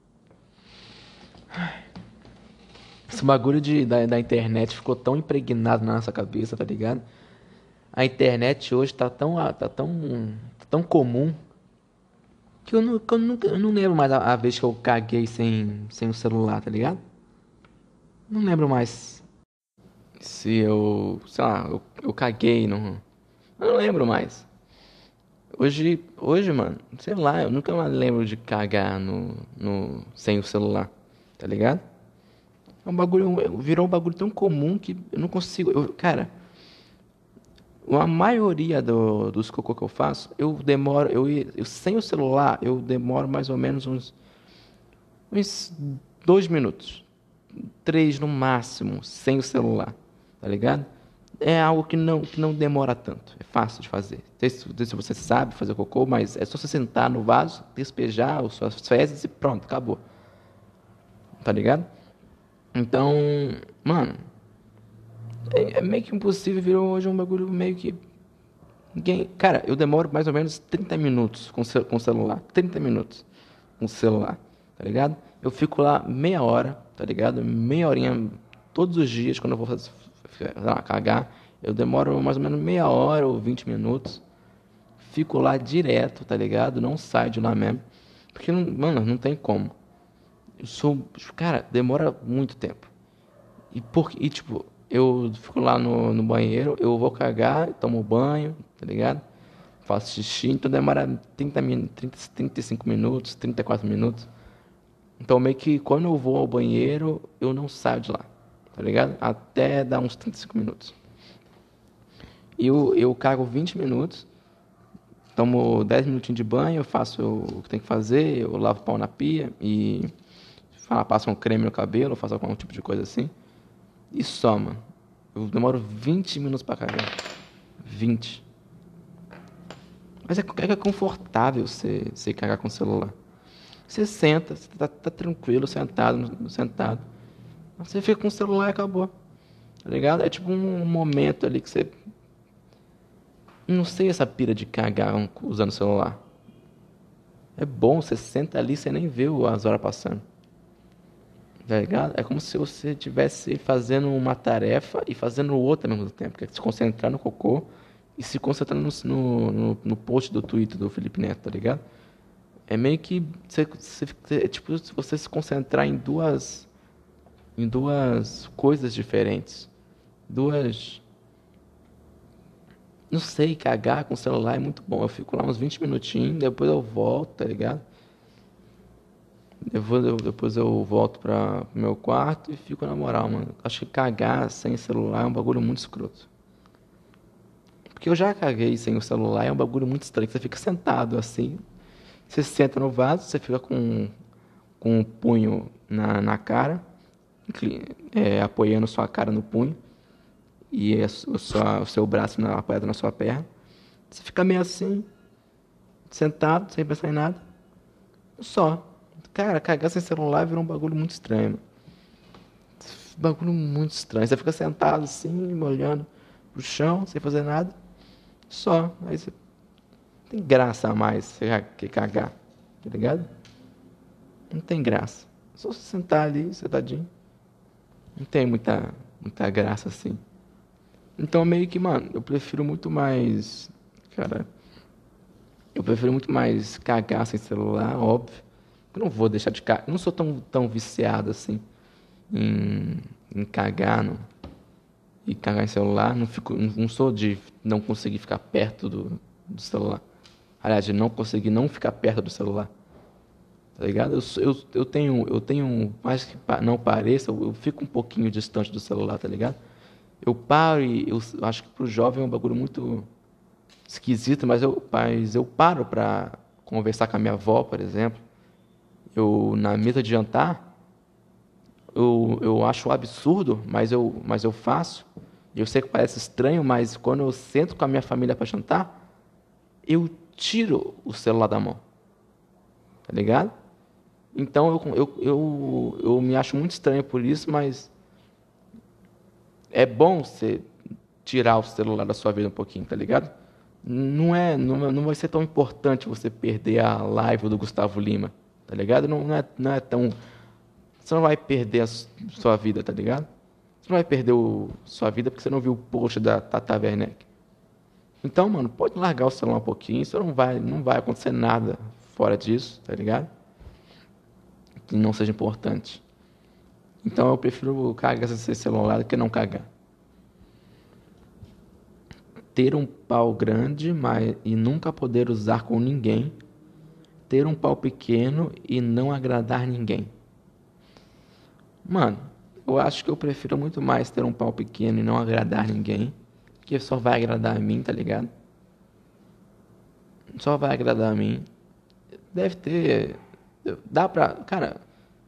Esse bagulho da internet ficou tão impregnado na nossa cabeça, tá ligado? A internet hoje tá tão comum que eu não lembro mais a vez que eu caguei sem o celular, tá ligado? Não lembro mais se eu, sei lá, eu caguei, não, eu não lembro mais. Hoje, mano, sei lá, eu nunca mais lembro de cagar sem o celular, tá ligado? É um bagulho, virou um bagulho tão comum que eu não consigo, cara, a maioria dos cocô que eu faço, eu demoro, eu sem o celular, eu demoro mais ou menos uns 2 minutos. 3 no máximo, sem o celular, tá ligado? É algo que não demora tanto, é fácil de fazer. Não sei se você sabe fazer cocô, mas é só você sentar no vaso, despejar as suas fezes e pronto, acabou, tá ligado? Então, mano, é meio que impossível, virou hoje um bagulho meio que Cara, eu demoro mais ou menos 30 minutos com o celular. 30 minutos com o celular, tá ligado? Eu fico lá meia hora, tá ligado? Meia horinha todos os dias quando eu vou fazer, sei lá, cagar. Eu demoro mais ou menos meia hora ou 20 minutos. Fico lá direto, tá ligado? Não saio de lá mesmo. Porque, mano, não tem como. Eu sou. Cara, demora muito tempo. E tipo, eu fico lá no banheiro, eu vou cagar, tomo banho, tá ligado? Faço xixi, então demora 35 minutos, 34 minutos. Então meio que quando eu vou ao banheiro, eu não saio de lá, tá ligado? Até dar uns 35 minutos. Eu cago 20 minutos, tomo 10 minutinhos de banho, eu faço o que tem que fazer, eu lavo o pau na pia e passo um creme no cabelo, faço algum tipo de coisa assim. E só, mano. Eu demoro 20 minutos pra cagar. 20. Mas é confortável você cagar com o celular. Você senta, você tá tranquilo, sentado. Você fica com o celular e acabou. Tá ligado? É tipo um momento ali que você. Não sei essa pira de cagar usando o celular. É bom, você senta ali, você nem vê as horas passando. Tá ligado? É como se você estivesse fazendo uma tarefa e fazendo outra ao mesmo tempo. Que é se concentrar no cocô e se concentrar no post do Twitter do Felipe Neto, tá ligado? É meio que é tipo se você se concentrar em duas coisas diferentes. Duas. Não sei, cagar com o celular é muito bom. Eu fico lá uns 20 minutinhos, depois eu volto, tá ligado? Depois eu volto pro meu quarto e fico na moral, mano. Acho que cagar sem celular é um bagulho muito escroto. Porque eu já caguei sem o celular, é um bagulho muito estranho. Você fica sentado assim, você senta no vaso, você fica com o punho na cara, apoiando sua cara no punho e o seu braço apoiado na sua perna. Você fica meio assim, sentado, sem pensar em nada. Só. Cara, cagar sem celular virou um bagulho muito estranho, mano. Bagulho muito estranho. Você fica sentado assim, olhando pro chão, sem fazer nada. Só. Aí você tem graça a mais você que cagar, tá ligado? Não tem graça. Só você sentar ali, sentadinho. Não tem muita graça assim. Então meio que, mano, eu prefiro muito mais. Cara, eu prefiro muito mais cagar sem celular, óbvio. Eu não vou deixar de cagar. Eu não sou tão viciado assim em cagar e cagar em celular. Não sou de não conseguir ficar perto do celular. Aliás, de não conseguir não ficar perto do celular. Tá ligado? Eu tenho, mais que não pareça, eu fico um pouquinho distante do celular, tá ligado? Eu paro e eu acho que pro jovem é um bagulho muito esquisito, mas eu paro pra conversar com a minha avó, por exemplo. Na mesa de jantar, eu acho um absurdo, mas eu faço. Eu sei que parece estranho, mas quando eu sento com a minha família para jantar, eu tiro o celular da mão, tá ligado? Então eu me acho muito estranho por isso, mas é bom você tirar o celular da sua vida um pouquinho, tá ligado? Não vai ser tão importante você perder a live do Gustavo Lima, tá ligado? Não é tão. Você não vai perder a sua vida, tá ligado? Você não vai perder sua vida porque você não viu o post da Tata Werneck. Então, mano, pode largar o celular um pouquinho, isso não vai acontecer nada fora disso, tá ligado? Que não seja importante. Então eu prefiro cagar sem celular do que não cagar. Ter um pau grande e nunca poder usar com ninguém. Ter um pau pequeno e não agradar ninguém. Mano, eu acho que eu prefiro muito mais ter um pau pequeno e não agradar ninguém. Que só vai agradar a mim, tá ligado? Só vai agradar a mim. Deve ter. Dá pra. Cara,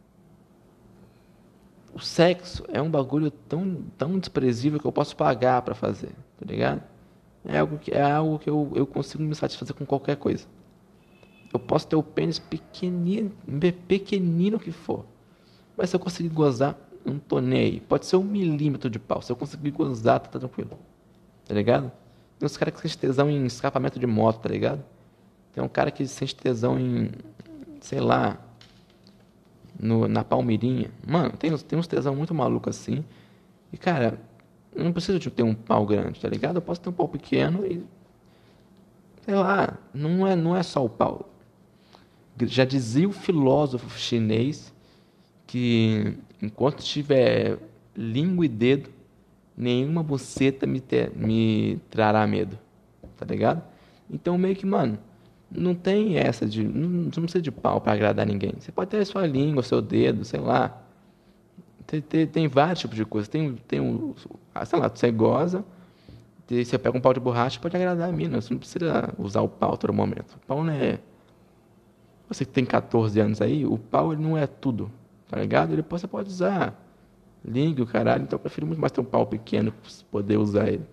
o sexo é um bagulho tão desprezível que eu posso pagar pra fazer, tá ligado? É algo que eu consigo me satisfazer com qualquer coisa. Eu posso ter o pênis pequenino, pequenino que for. Mas se eu conseguir gozar, eu não tô nem aí. Pode ser 1 milímetro de pau. Se eu conseguir gozar, tá tranquilo. Tá ligado? Tem uns caras que sentem tesão em escapamento de moto, tá ligado? Tem um cara que sente tesão em, sei lá, na Palmeirinha. Mano, tem uns tesão muito maluco assim. E, cara, eu não preciso de ter um pau grande, tá ligado? Eu posso ter um pau pequeno e, sei lá, não é só o pau. Já dizia o filósofo chinês que enquanto tiver língua e dedo, nenhuma buceta me trará medo, tá ligado? Então meio que, mano, não tem essa de. Não precisa de pau pra agradar ninguém. Você pode ter a sua língua, o seu dedo, sei lá. Tem vários tipos de coisas. Sei lá, você goza, você pega um pau de borracha, pode agradar a mina. Você não precisa usar o pau a todo momento. O pau não é. Você que tem 14 anos aí, o pau ele não é tudo, tá ligado? Depois você pode usar língua, o caralho. Então eu prefiro muito mais ter um pau pequeno pra poder usar ele.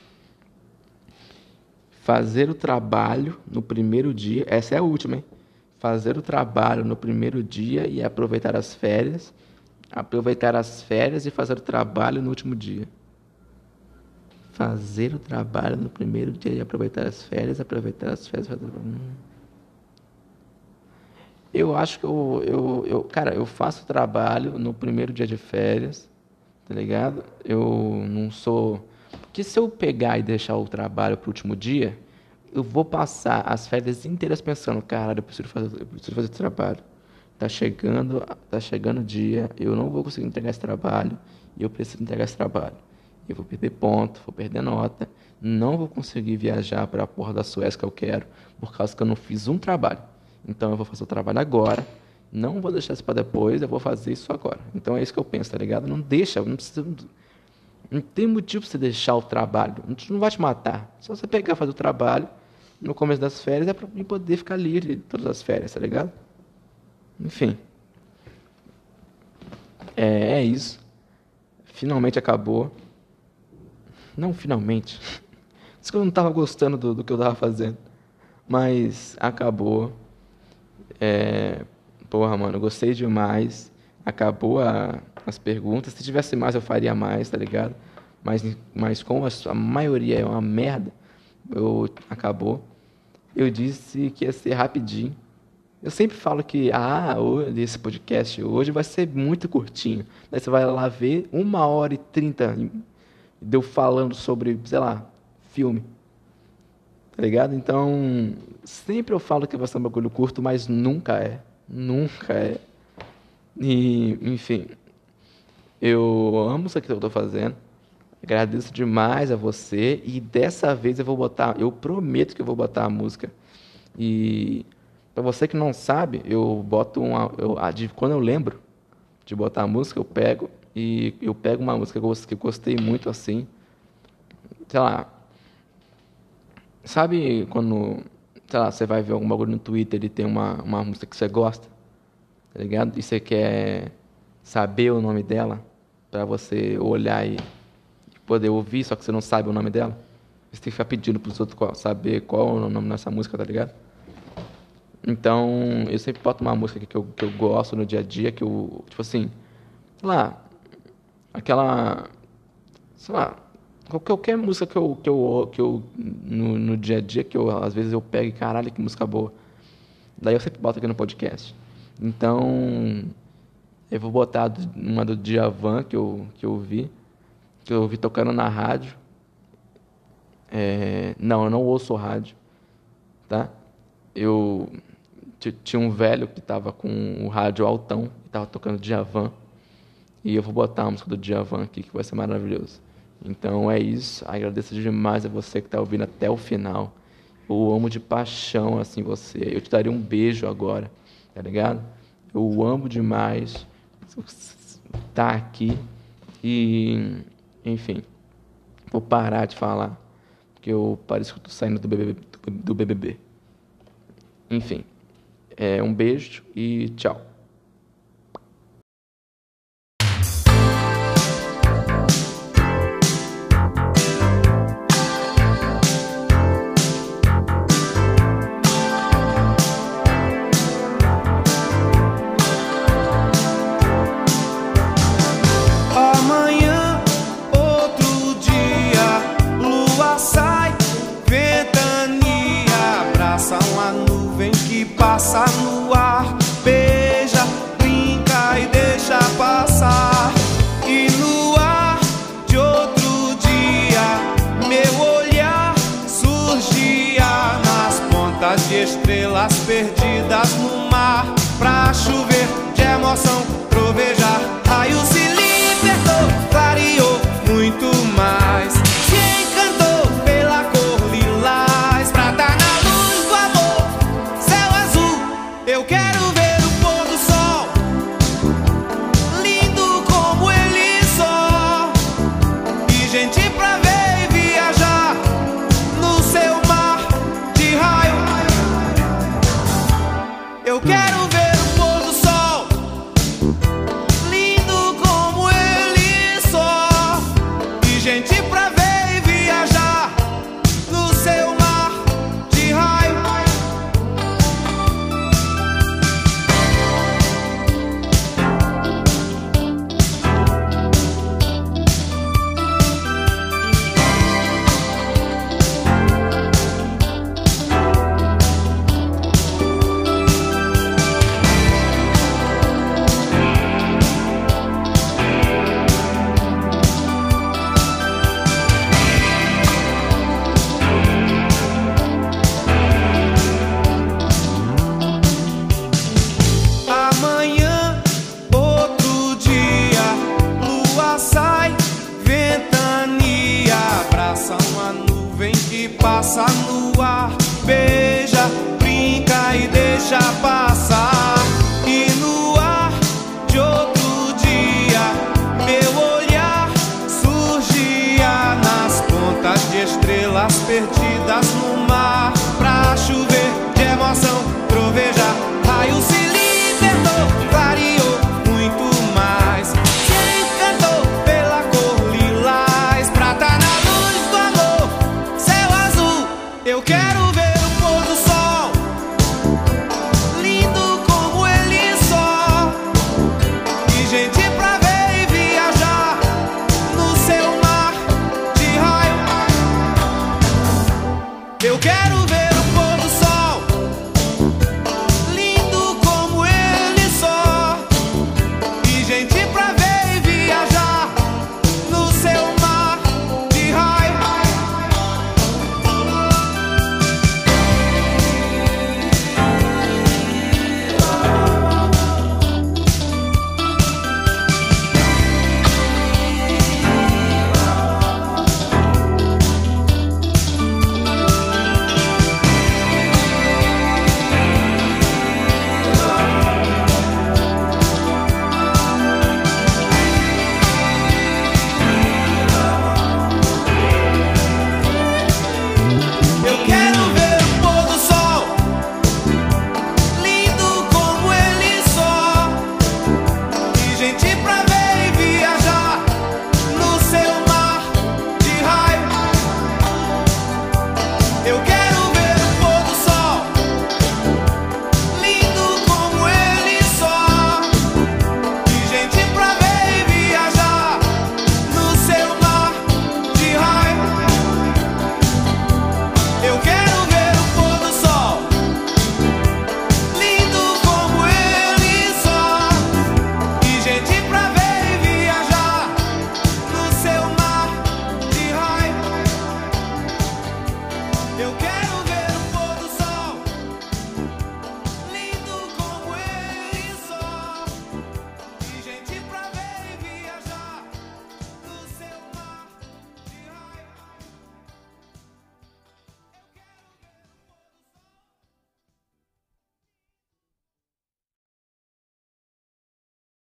Fazer o trabalho no primeiro dia. Essa é a última, hein? Fazer o trabalho no primeiro dia e aproveitar as férias. Aproveitar as férias e fazer o trabalho no último dia. Fazer o trabalho no primeiro dia e aproveitar as férias. Aproveitar as férias. Eu acho que cara, eu faço o trabalho no primeiro dia de férias, tá ligado? Eu não sou. Porque se eu pegar e deixar o trabalho pro último dia, eu vou passar as férias inteiras pensando, cara, eu preciso fazer trabalho. Tá chegando o dia, eu não vou conseguir entregar esse trabalho, e eu preciso entregar esse trabalho. Eu vou perder ponto, vou perder nota, não vou conseguir viajar para a porra da Suécia que eu quero, por causa que eu não fiz um trabalho. Então eu vou fazer o trabalho agora, não vou deixar isso para depois, eu vou fazer isso agora. Então é isso que eu penso, tá ligado? Não deixa, não precisa. Não tem motivo pra você deixar o trabalho. Não vai te matar. Só você pegar e fazer o trabalho no começo das férias é pra poder ficar livre todas as férias, tá ligado? Enfim. É isso. Finalmente acabou. Não, finalmente. Isso que eu não tava gostando do que eu tava fazendo. Mas acabou. Porra, mano, eu gostei demais. Acabou as perguntas. Se tivesse mais, eu faria mais, tá ligado? Mas como a maioria é uma merda, acabou. Eu disse que ia ser rapidinho. Eu sempre falo que, esse podcast hoje vai ser muito curtinho. Daí você vai lá ver 1h30 de eu falando sobre, sei lá, filme. Tá ligado? Então, sempre eu falo que vai ser um bagulho curto, mas nunca é. Nunca é. E, enfim, eu amo isso aqui que eu tô fazendo. Agradeço demais a você. E dessa vez eu prometo que eu vou botar a música. E pra você que não sabe, eu boto quando eu lembro de botar a música, eu pego uma música que eu gostei muito assim. Sei lá, sabe quando, sei lá, você vai ver algum bagulho no Twitter e tem uma música que você gosta, tá ligado? E você quer saber o nome dela, pra você olhar e poder ouvir, só que você não sabe o nome dela. Você tem que ficar pedindo pros outros saber qual é o nome dessa música, tá ligado? Então, eu sempre boto uma música que eu gosto no dia a dia, que eu, tipo assim, sei lá, aquela, sei lá, qualquer música que eu no dia a dia, que eu, às vezes eu pego e, caralho, que música boa. Daí eu sempre boto aqui no podcast. Então, eu vou botar uma do Djavan que eu vi tocando na rádio. Não, eu não ouço rádio, tá? Eu tinha um velho que tava com o rádio altão e tava tocando Djavan. E eu vou botar a música do Djavan aqui, que vai ser maravilhoso. Então é isso. Agradeço demais a você que tá ouvindo até o final. Eu amo de paixão, assim, você. Eu te daria um beijo agora, tá ligado? Eu amo demais estar aqui. E, enfim, vou parar de falar, porque eu pareço que eu tô saindo do BBB. Enfim, um beijo e tchau. Passa no ar, beija, brinca e deixa passar. E no ar de outro dia, meu olhar surgia nas pontas de estrelas perdidas no mar. Pra chover de emoção, trovejar, raio se libertou, clareou muito mais. Se encantou pela cor lilás, prata na luz do amor, céu azul. Eu quero ver o pôr do sol, lindo como ele só. E gente pra ver e viajar no seu mar de raio. Eu quero ver o pôr do sol, lindo como ele só. E gente pra ver e viajar no seu mar de raio. Amanhã, outro dia, lua sai, ventania, abraça uma nuvem que passa no ar, beija, brinca e deixa passar.